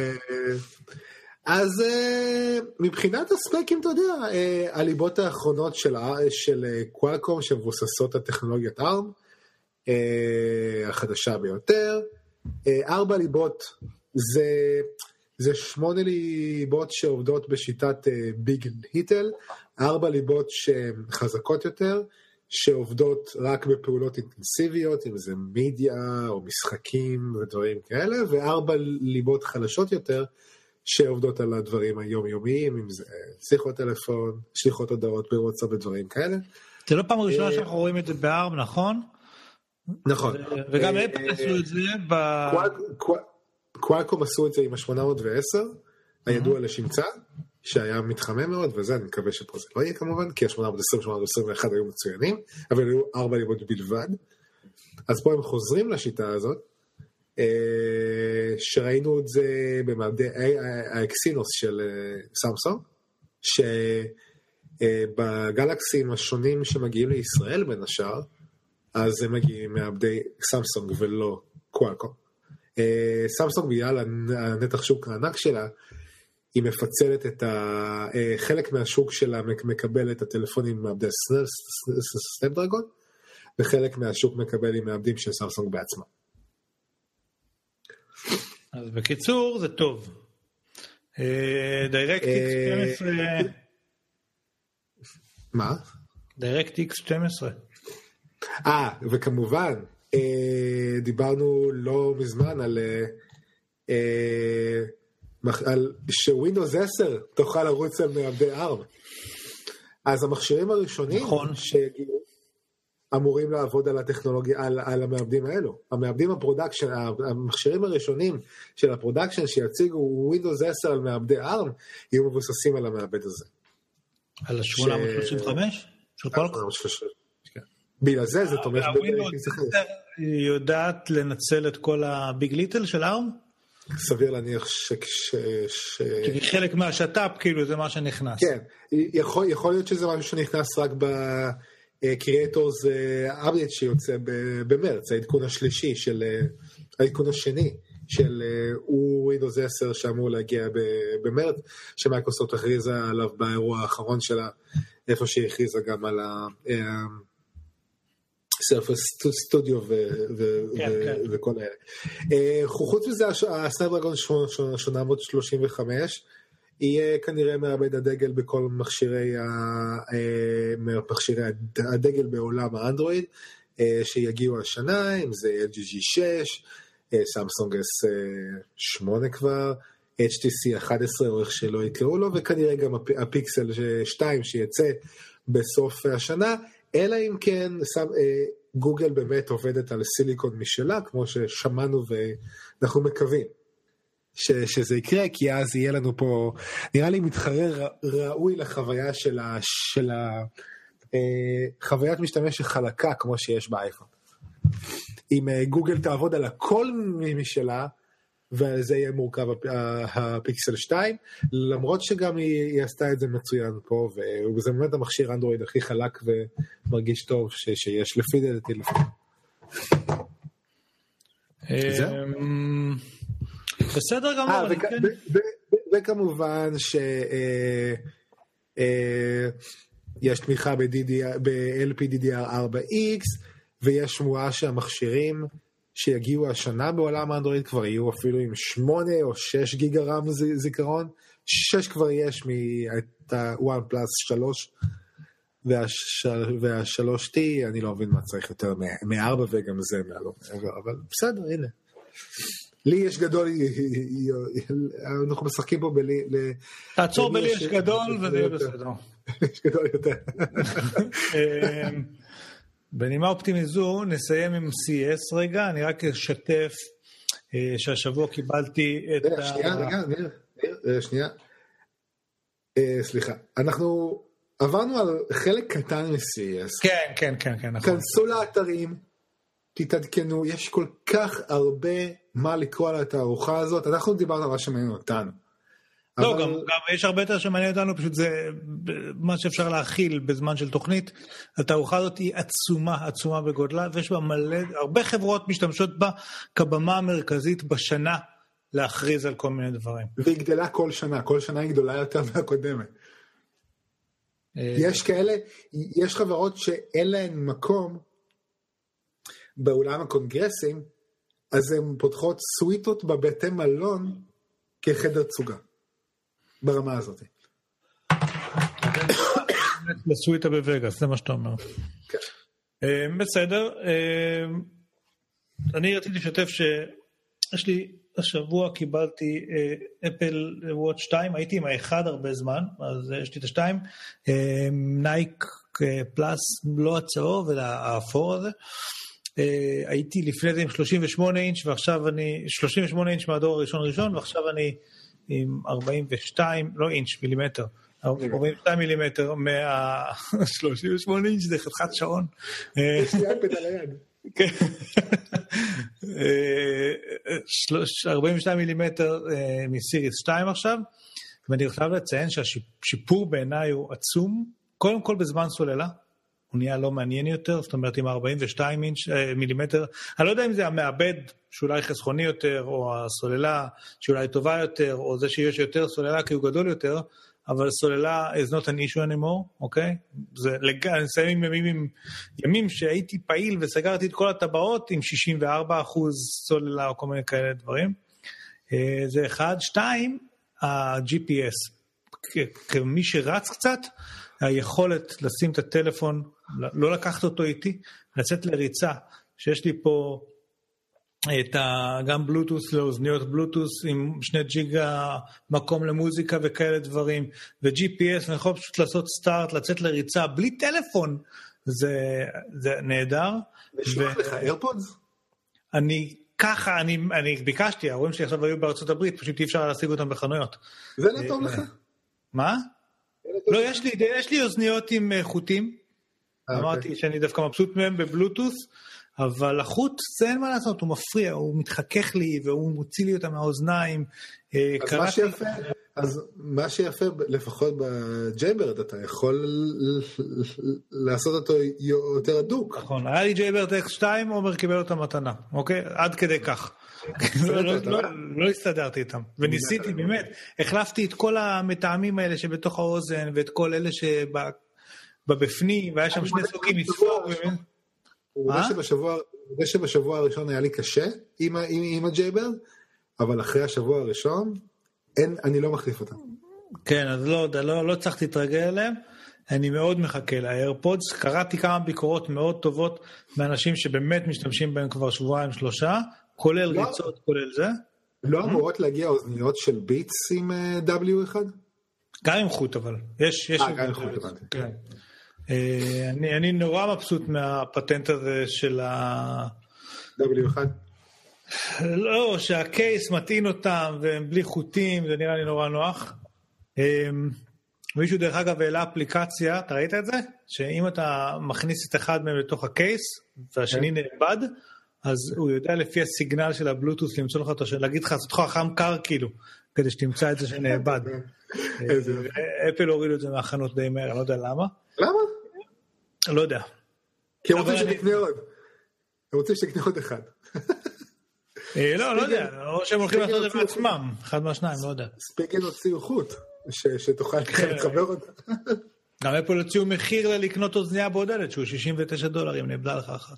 אז מבחינת הספקים, אתה יודע, הליבות האחרונות של קוואלקום שמבוססות על טכנולוגיית ARM, החדשה ביותר, 4 ליבות זה 8 ליבות שעובדות בשיטת ביג היטל, 4 ליבות שהן חזקות יותר, שעובדות רק בפעולות אינטנסיביות, אם זה מידיה או משחקים ודברים כאלה, ו4 ליבות חלשות יותר, שעובדות על הדברים היומיומיים, אם זה שיחות טלפון, שליחות הודעות בוואטסאפ ודברים כאלה. זה לא פעם ראשונה שאנחנו רואים את זה בארם, נכון? נכון. וגם אפל עשו את זה קוואלקום עשו את זה עם ה-810, הידוע לשמצה, שהיה מתחמם מאוד, וזה אני מקווה שפה זה לא יהיה כמובן, כי ה-820, 821 היו מצוינים, אבל היו 4 ליבות בלבד. אז פה הם חוזרים לשיטה הזאת, שראינו את זה במעבדי האקסינוס של סמסונג, שבגלקסים השונים שמגיעים לישראל בין השאר, אז הם מגיעים מעבדי סמסונג ולא קוואלקום. סמסונג בגלל הנתח שוק הענק שלה, היא מפצלת את חלק מהשוק שלה, מקבל את הטלפונים מעבדי סנאפדרגון, וחלק מהשוק מקבל עם מעבדים של סמסונג בעצמה. אז בקיצור זה טוב. DirectX 12. מה? DirectX 12. וכמובן דיברנו לא מזמן על שווינדוס 10 תוכל לרוץ על מעבדי ARM. אז המכשירים הראשונים שהגיעו אמורים לעבוד על הטכנולוגיה, על המעבדים האלו. המעבדים הפרודקשן, המכשירים הראשונים של הפרודקשן שיציגו Windows 10 על מעבדי ARM, יהיו מבוססים על המעבד הזה. על ה-835? של קוואלקום? בגלל זה תומך ב-Windows 10 יודעת לנצל את כל הביג ליטל של ARM? סביר להניח כי חלק מהשטאפ, כאילו, זה מה שנכנס. כן, יכול להיות שזה משהו שנכנס רק Creators Update שיוצא במרץ, העדכון השלישי העדכון השני של Windows 10 שאמור להגיע במרץ, שמייקרוסופט הכריזה עליו באירוע האחרון שלה, איפה שהיא הכריזה גם על Surface Studio וכל האלה. חוץ מזה, הסנאפדרגון 835 יהיה כנראה מעבד הדגל בכל מכשירי הדגל בעולם האנדרואיד, שיגיעו השנה, אם זה LG G6, סמסונג S8 כבר, HTC 11, או איך שלא יקראו לו, וכנראה גם הפיקסל 2 שיצא בסוף השנה, אלא אם כן גוגל באמת עובדת על סיליקון משלה, כמו ששמענו ואנחנו מקווים. שזה יקרה, כי אז יהיה לנו פה, נראה לי מתחרה ראוי לחוויה של חוויית משתמש חלקה, כמו שיש באייפון. אם גוגל תעבוד על הכל משלה, וזה יהיה מורכב הפיקסל 2, למרות שגם היא עשתה את זה מצוין פה, וזה באמת המכשיר אנדרואיד הכי חלק ומרגיש טוב שיש לפי דעתי לפני. זהו? בסדר גמור. וכמובן שיש תמיכה ב-LPDDR4X, ויש שמועה שהמכשירים שיגיעו השנה בעולם האנדרואיד כבר יהיו אפילו עם 8 או 6 גיגה רם זיכרון. 6 כבר יש מה-OnePlus 3 וה-3T, אני לא מבין מה צריך יותר מ-4 וגם זה מעלו, אבל בסדר, הנה. לי יש גדול, אנחנו משחקים פה תעצור בלי יש גדול וזה יהיה בסדר. יש גדול יותר. בנימה אופטימית זו, נסיים עם CS רגע, אני רק אשתף שהשבוע קיבלתי את שנייה. סליחה, אנחנו עברנו על חלק קטן מ-CS. כן, נכון. כנסו לאתרים, תתעדכנו, יש כל כך הרבה מה לקרוא על התערוכה הזאת, אנחנו דיברנו על מה שמעניין אותנו. לא, גם יש הרבה יותר שמעניין אותנו, פשוט זה מה שאפשר להכיל בזמן של תוכנית. התערוכה הזאת היא עצומה בגודלה, ויש בה מלא, הרבה חברות משתמשות בה כבמה המרכזית בשנה להכריז על כל מיני דברים. והיא גדלה כל שנה היא גדולה יותר מהקודמת. יש חברות שאין להן מקום באולם הקונגרסים, אז הן פותחות סוויטות בבתי מלון כחדר צוגה. ברמה הזאת. לסוויטה בווגאס, זה מה שאתה אומר. כן. בסדר. אני רציתי לשתף שיש לי, השבוע קיבלתי אפל וואץ' 2, הייתי עם האחד הרבה זמן, אז יש לי את השתיים, נייק פלאס, לא הצהוב, אלא האפור הזה. הייתי לפני זה עם 38 אינץ', ועכשיו אני, 38 אינץ' מהדור הראשון, ועכשיו אני עם 42, לא אינץ', מילימטר, 42 מילימטר מה-38 אינץ', זה חתיכת שעון. יש לי אייפד על היד. כן. 42 מילימטר מסיריס 2 עכשיו, ואני חייב לציין שהשיפור בעיניי הוא עצום, קודם כל בזמן סוללה, הוא נהיה לא מעניין יותר, זאת אומרת עם 42 מילימטר, אני לא יודע אם זה המעבד שאולי חסכוני יותר, או הסוללה שאולי טובה יותר, או זה שיש יותר סוללה כי הוא גדול יותר, אבל סוללה is not an issue anymore, אוקיי? אני מסיים עם ימים שהייתי פעיל וסגרתי את כל הטבעות עם 64% סוללה או כל מיני כאלה דברים. זה אחד. שתיים, ה-GPS. כמי שרץ קצת, היכולת לשים את הטלפון, לא לקחת אותו איתי, לצאת לריצה, שיש לי פה גם בלוטוס לאוזניות בלוטוס עם 2 ג'יגה מקום למוזיקה וכאלה דברים, ו-GPS, אני יכול פשוט לעשות סטארט, לצאת לריצה בלי טלפון, זה נהדר. ושלוח לך איירפודס? אני ביקשתי, ההורים שלי עכשיו היו בארצות הברית, פשוט אי אפשר להשיג אותם בחנויות. זה לא טוב לך? מה? לא, יש לי אוזניות עם חוטים, אמרתי שאני דווקא מבסוט מהם בבלוטוס, אבל החוט, זה אין מה לעשות, הוא מפריע, הוא מתחכך לי, והוא מוציא לי אותה מהאוזניים. אז מה שיפה, לפחות בג'ייברד, אתה יכול לעשות אותו יותר אדוק. נכון, היה לי ג'ייברד X2, עומר קיבל אותה מתנה, אוקיי? עד כדי כך. לא הסתדרתי איתם, וניסיתי באמת, החלפתי את כל המטעמים האלה שבתוך האוזן, ואת כל אלה שבפנים, והיה שם 2 סוגים מצפור, זה שבשבוע הראשון היה לי קשה עם הג'ייברד, אבל אחרי השבוע הראשון, אני לא מחליף אותם. כן, אז לא צריכתי להתרגל אליהם, אני מאוד מחכה לאיירפודס, קראתי כמה ביקורות מאוד טובות, מאנשים שבאמת משתמשים בהם כבר 2-3, כולל ריצות, כולל זה. לא אמורות להגיע אוזניות של ביטס עם W1? גם עם חוט, אבל. גם עם חוט, הבנתי. כן. אני נורא מבסוט מהפטנט הזה של W1? לא, שהקייס מטעין אותם והם בלי חוטים, זה נראה לי נורא נוח. מישהו דרך אגב העלה אפליקציה, אתה ראית את זה? שאם אתה מכניס את אחד מהם לתוך הקייס והשני נאבד, אז הוא יודע לפי הסיגנל של הבלוטוס למצוא לך אותו, להגיד לך, לעשות לך חם קר כאילו, כדי שתמצא את זה שנאבד. אפל הורידו את זה מהחנות די מהר, אני לא יודע למה. למה? לא יודע. כי הם רוצים שתקנה עוד. הם רוצים שתקנה עוד אחד. לא יודע, או שהם הולכים לעשות את זה בעצמם, אחד מהשניים, לא יודע. ספיגל הוציאו חוט, שתוכל לחבר אותה. גם אפל הוציאו מחיר לקנות אוזניה בודדת, שהוא $69, נאבדה לך אחת.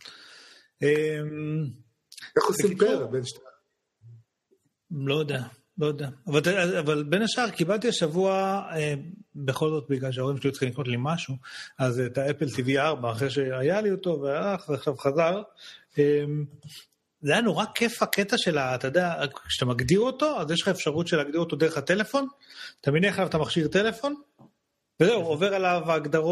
איך עושים פר בין שתיים? לא יודע. אבל בין השאר קיבלתי השבוע, בכל זאת בגלל שההורים שלי צריכים לקנות לי משהו, אז את האפל TV 4, אחרי שהיה לי אותו והלך, ועכשיו חזר, זה היה נורא כיף הקטע של, אתה יודע, כשאתה מגדיר אותו, אז יש לך אפשרות של להגדיר אותו דרך הטלפון, אתה מניח עליו את המכשיר טלפון, וזהו, עובר עליו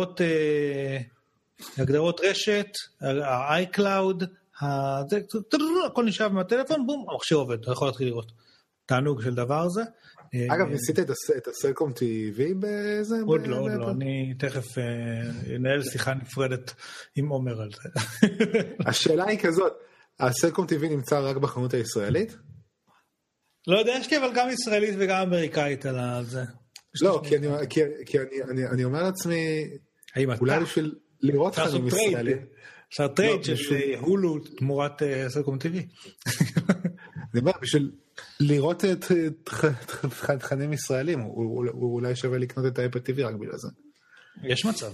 הגדרות רשת, ה-iCloud, הכל נשאר מהטלפון, בום, המכשיר עובד, אתה יכול להתחיל לראות. תענוג של דבר הזה. אגב, ניסית את הסלקום TV בזה? עוד לא, אני תכף אנהל שיחה נפרדת עם עומר על זה. השאלה היא כזאת, הסלקום TV נמצא רק בחנות הישראלית? לא יודע, יש לי אבל גם ישראלית וגם אמריקאית על זה. לא, כי אני אומר לעצמי, אולי בשביל לראות חנים ישראלים. אפשר טרייד של הולו תמורת סלקום TV. אני אומר, בשביל לראות את תכנים ישראלים, אולי שווה לקנות את האפל TV רק בגלל זה. יש מצב.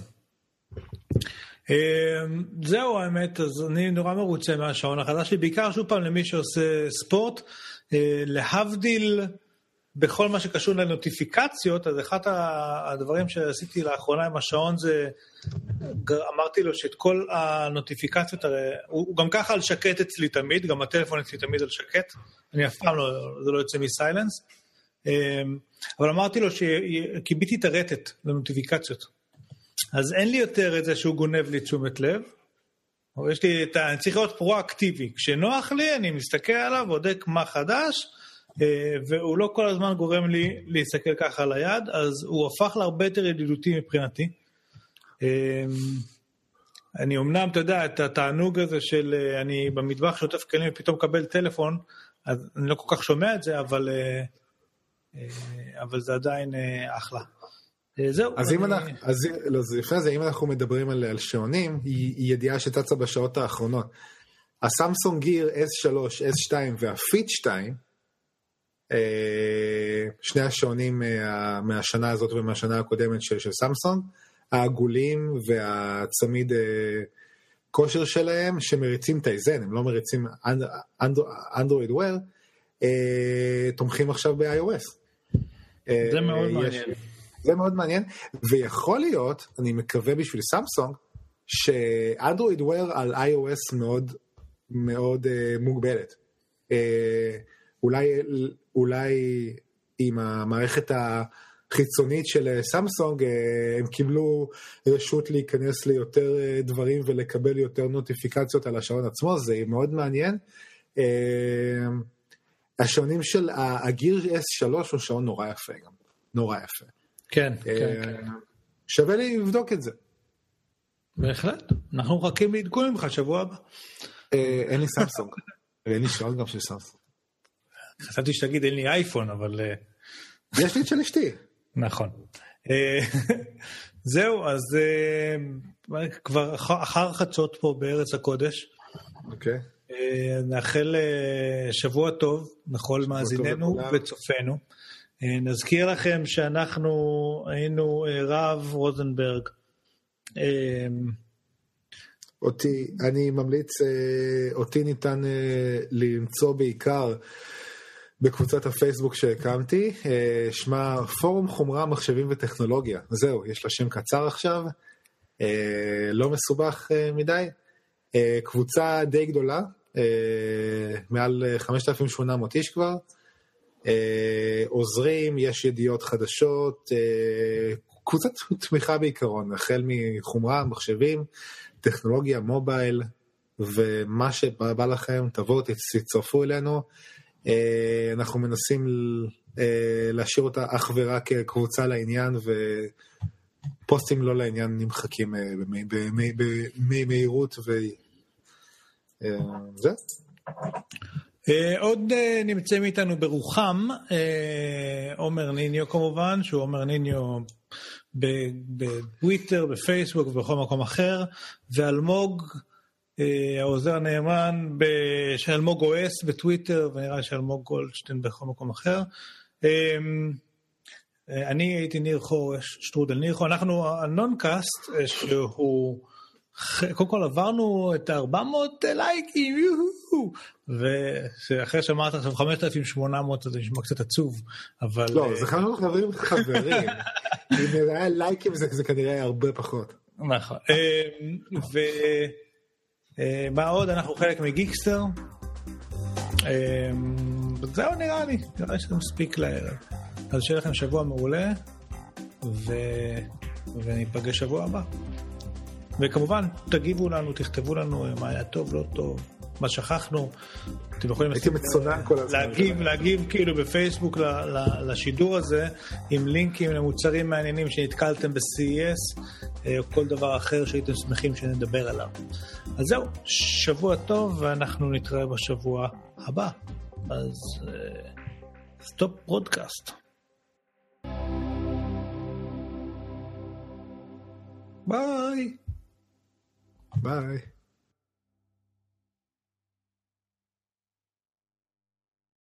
זהו האמת, אז אני נורא מרוצה מהשעון החדש שלי, בעיקר שוב פעם למי שעושה ספורט, להבדיל בכל מה שקשור לנוטיפיקציות, אז אחד הדברים שעשיתי לאחרונה עם השעון זה, אמרתי לו שאת כל הנוטיפיקציות, הוא גם ככה על שקט אצלי תמיד, גם הטלפון אצלי תמיד על שקט, אני אף פעם לא, זה לא יוצא מסיילנס, אבל אמרתי לו שקיביתי את הרטט לנוטיפיקציות, אז אין לי יותר את זה שהוא גונב לי תשומת לב, אני צריך להיות פרואקטיבי, כשנוח לי אני מסתכל עליו, בודק מה חדש, והוא לא כל הזמן גורם לי להסתכל ככה על היד, אז הוא הפך להרבה יותר ידידותי מבחינתי. אני אמנם, אתה יודע, את התענוג הזה של אני במטבח שוטף כלים ופתאום מקבל טלפון, אז אני לא כל כך שומע את זה, אבל זה עדיין אחלה. זהו. אז לפני זה, אם אנחנו מדברים על שעונים, היא ידיעה שתצה בשעות האחרונות. הסמסונג גיר S3, S2 והפיט 2, שני השעונים מהשנה הזאת ומהשנה הקודמת של סמסונג, העגולים והצמיד כושר שלהם, שמריצים טייזן, הם לא מריצים אנדרואיד וויר, תומכים עכשיו ב-iOS. זה מאוד מעניין. זה מאוד מעניין, ויכול להיות, אני מקווה בשביל סמסונג, שאנדרואיד וויר על iOS מאוד מאוד מוגבלת. אולי עם המערכת החיצונית של סמסונג, הם קיבלו רשות להיכנס ליותר דברים ולקבל יותר נוטיפיקציות על השעון עצמו, זה מאוד מעניין. השעונים של הגיר S3 הוא שעון נורא יפה גם, נורא יפה. כן. שווה לי לבדוק את זה. בהחלט, אנחנו מחכים לעדכון ממך שבוע הבא. אין לי סמסונג, ואין לי שעון גם של סמסונג. חשבתי שתגיד אין לי אייפון, אבל... יש לי את של אשתי. נכון. זהו, אז כבר אחר חצות פה בארץ הקודש. אוקיי. נאחל שבוע טוב לכל מאזיננו וצופינו. נזכיר לכם שאנחנו היינו רב רוזנברג. אני ממליץ, אותי ניתן למצוא בעיקר בקבוצת הפייסבוק שהקמתי, שמה פורום חומרה, מחשבים וטכנולוגיה. זהו, יש לה שם קצר עכשיו, לא מסובך מדי. קבוצה די גדולה, מעל 5,800 איש כבר. עוזרים, יש ידיעות חדשות, קבוצת תמיכה בעיקרון, החל מחומרה, מחשבים, טכנולוגיה, מובייל, ומה שבא לכם, תבואו, תצטרפו אלינו. אנחנו מנסים להשאיר אותה אך ורק קבוצה לעניין, ופוסטים לא לעניין נמחקים במהירות, וזה. עוד נמצאים איתנו ברוחם, עומר ניניו כמובן, שהוא עומר ניניו בטוויטר, בפייסבוק ובכל מקום אחר, ואלמוג, העוזר הנאמן של אלמוג אוס בטוויטר, ונראה שאלמוג גולדשטיין בכל מקום אחר. אני הייתי ניר חור, שטרודל ניר חור, אנחנו הנונקאסט, שהוא... קודם כל עברנו את 400 לייקים, ואחרי שאמרת עכשיו 5,800 זה נשמע קצת עצוב, אבל... לא, זה חברים, אם נראה לייקים זה כנראה הרבה פחות. נכון, ומה עוד, אנחנו חלק מגיקסטר, זהו נראה לי שזה מספיק לערב. אז שיהיה לכם שבוע מעולה, וניפגש שבוע הבא. וכמובן, תגיבו לנו, תכתבו לנו מה היה טוב, לא טוב, מה שכחנו. אתם יכולים להגיב כאילו בפייסבוק לשידור הזה, עם לינקים למוצרים מעניינים שנתקלתם ב-CES, או כל דבר אחר שהייתם שמחים שנדבר עליו. אז זהו, שבוע טוב, ואנחנו נתראה בשבוע הבא. אז סטופ ברודקאסט. ביי. ביי.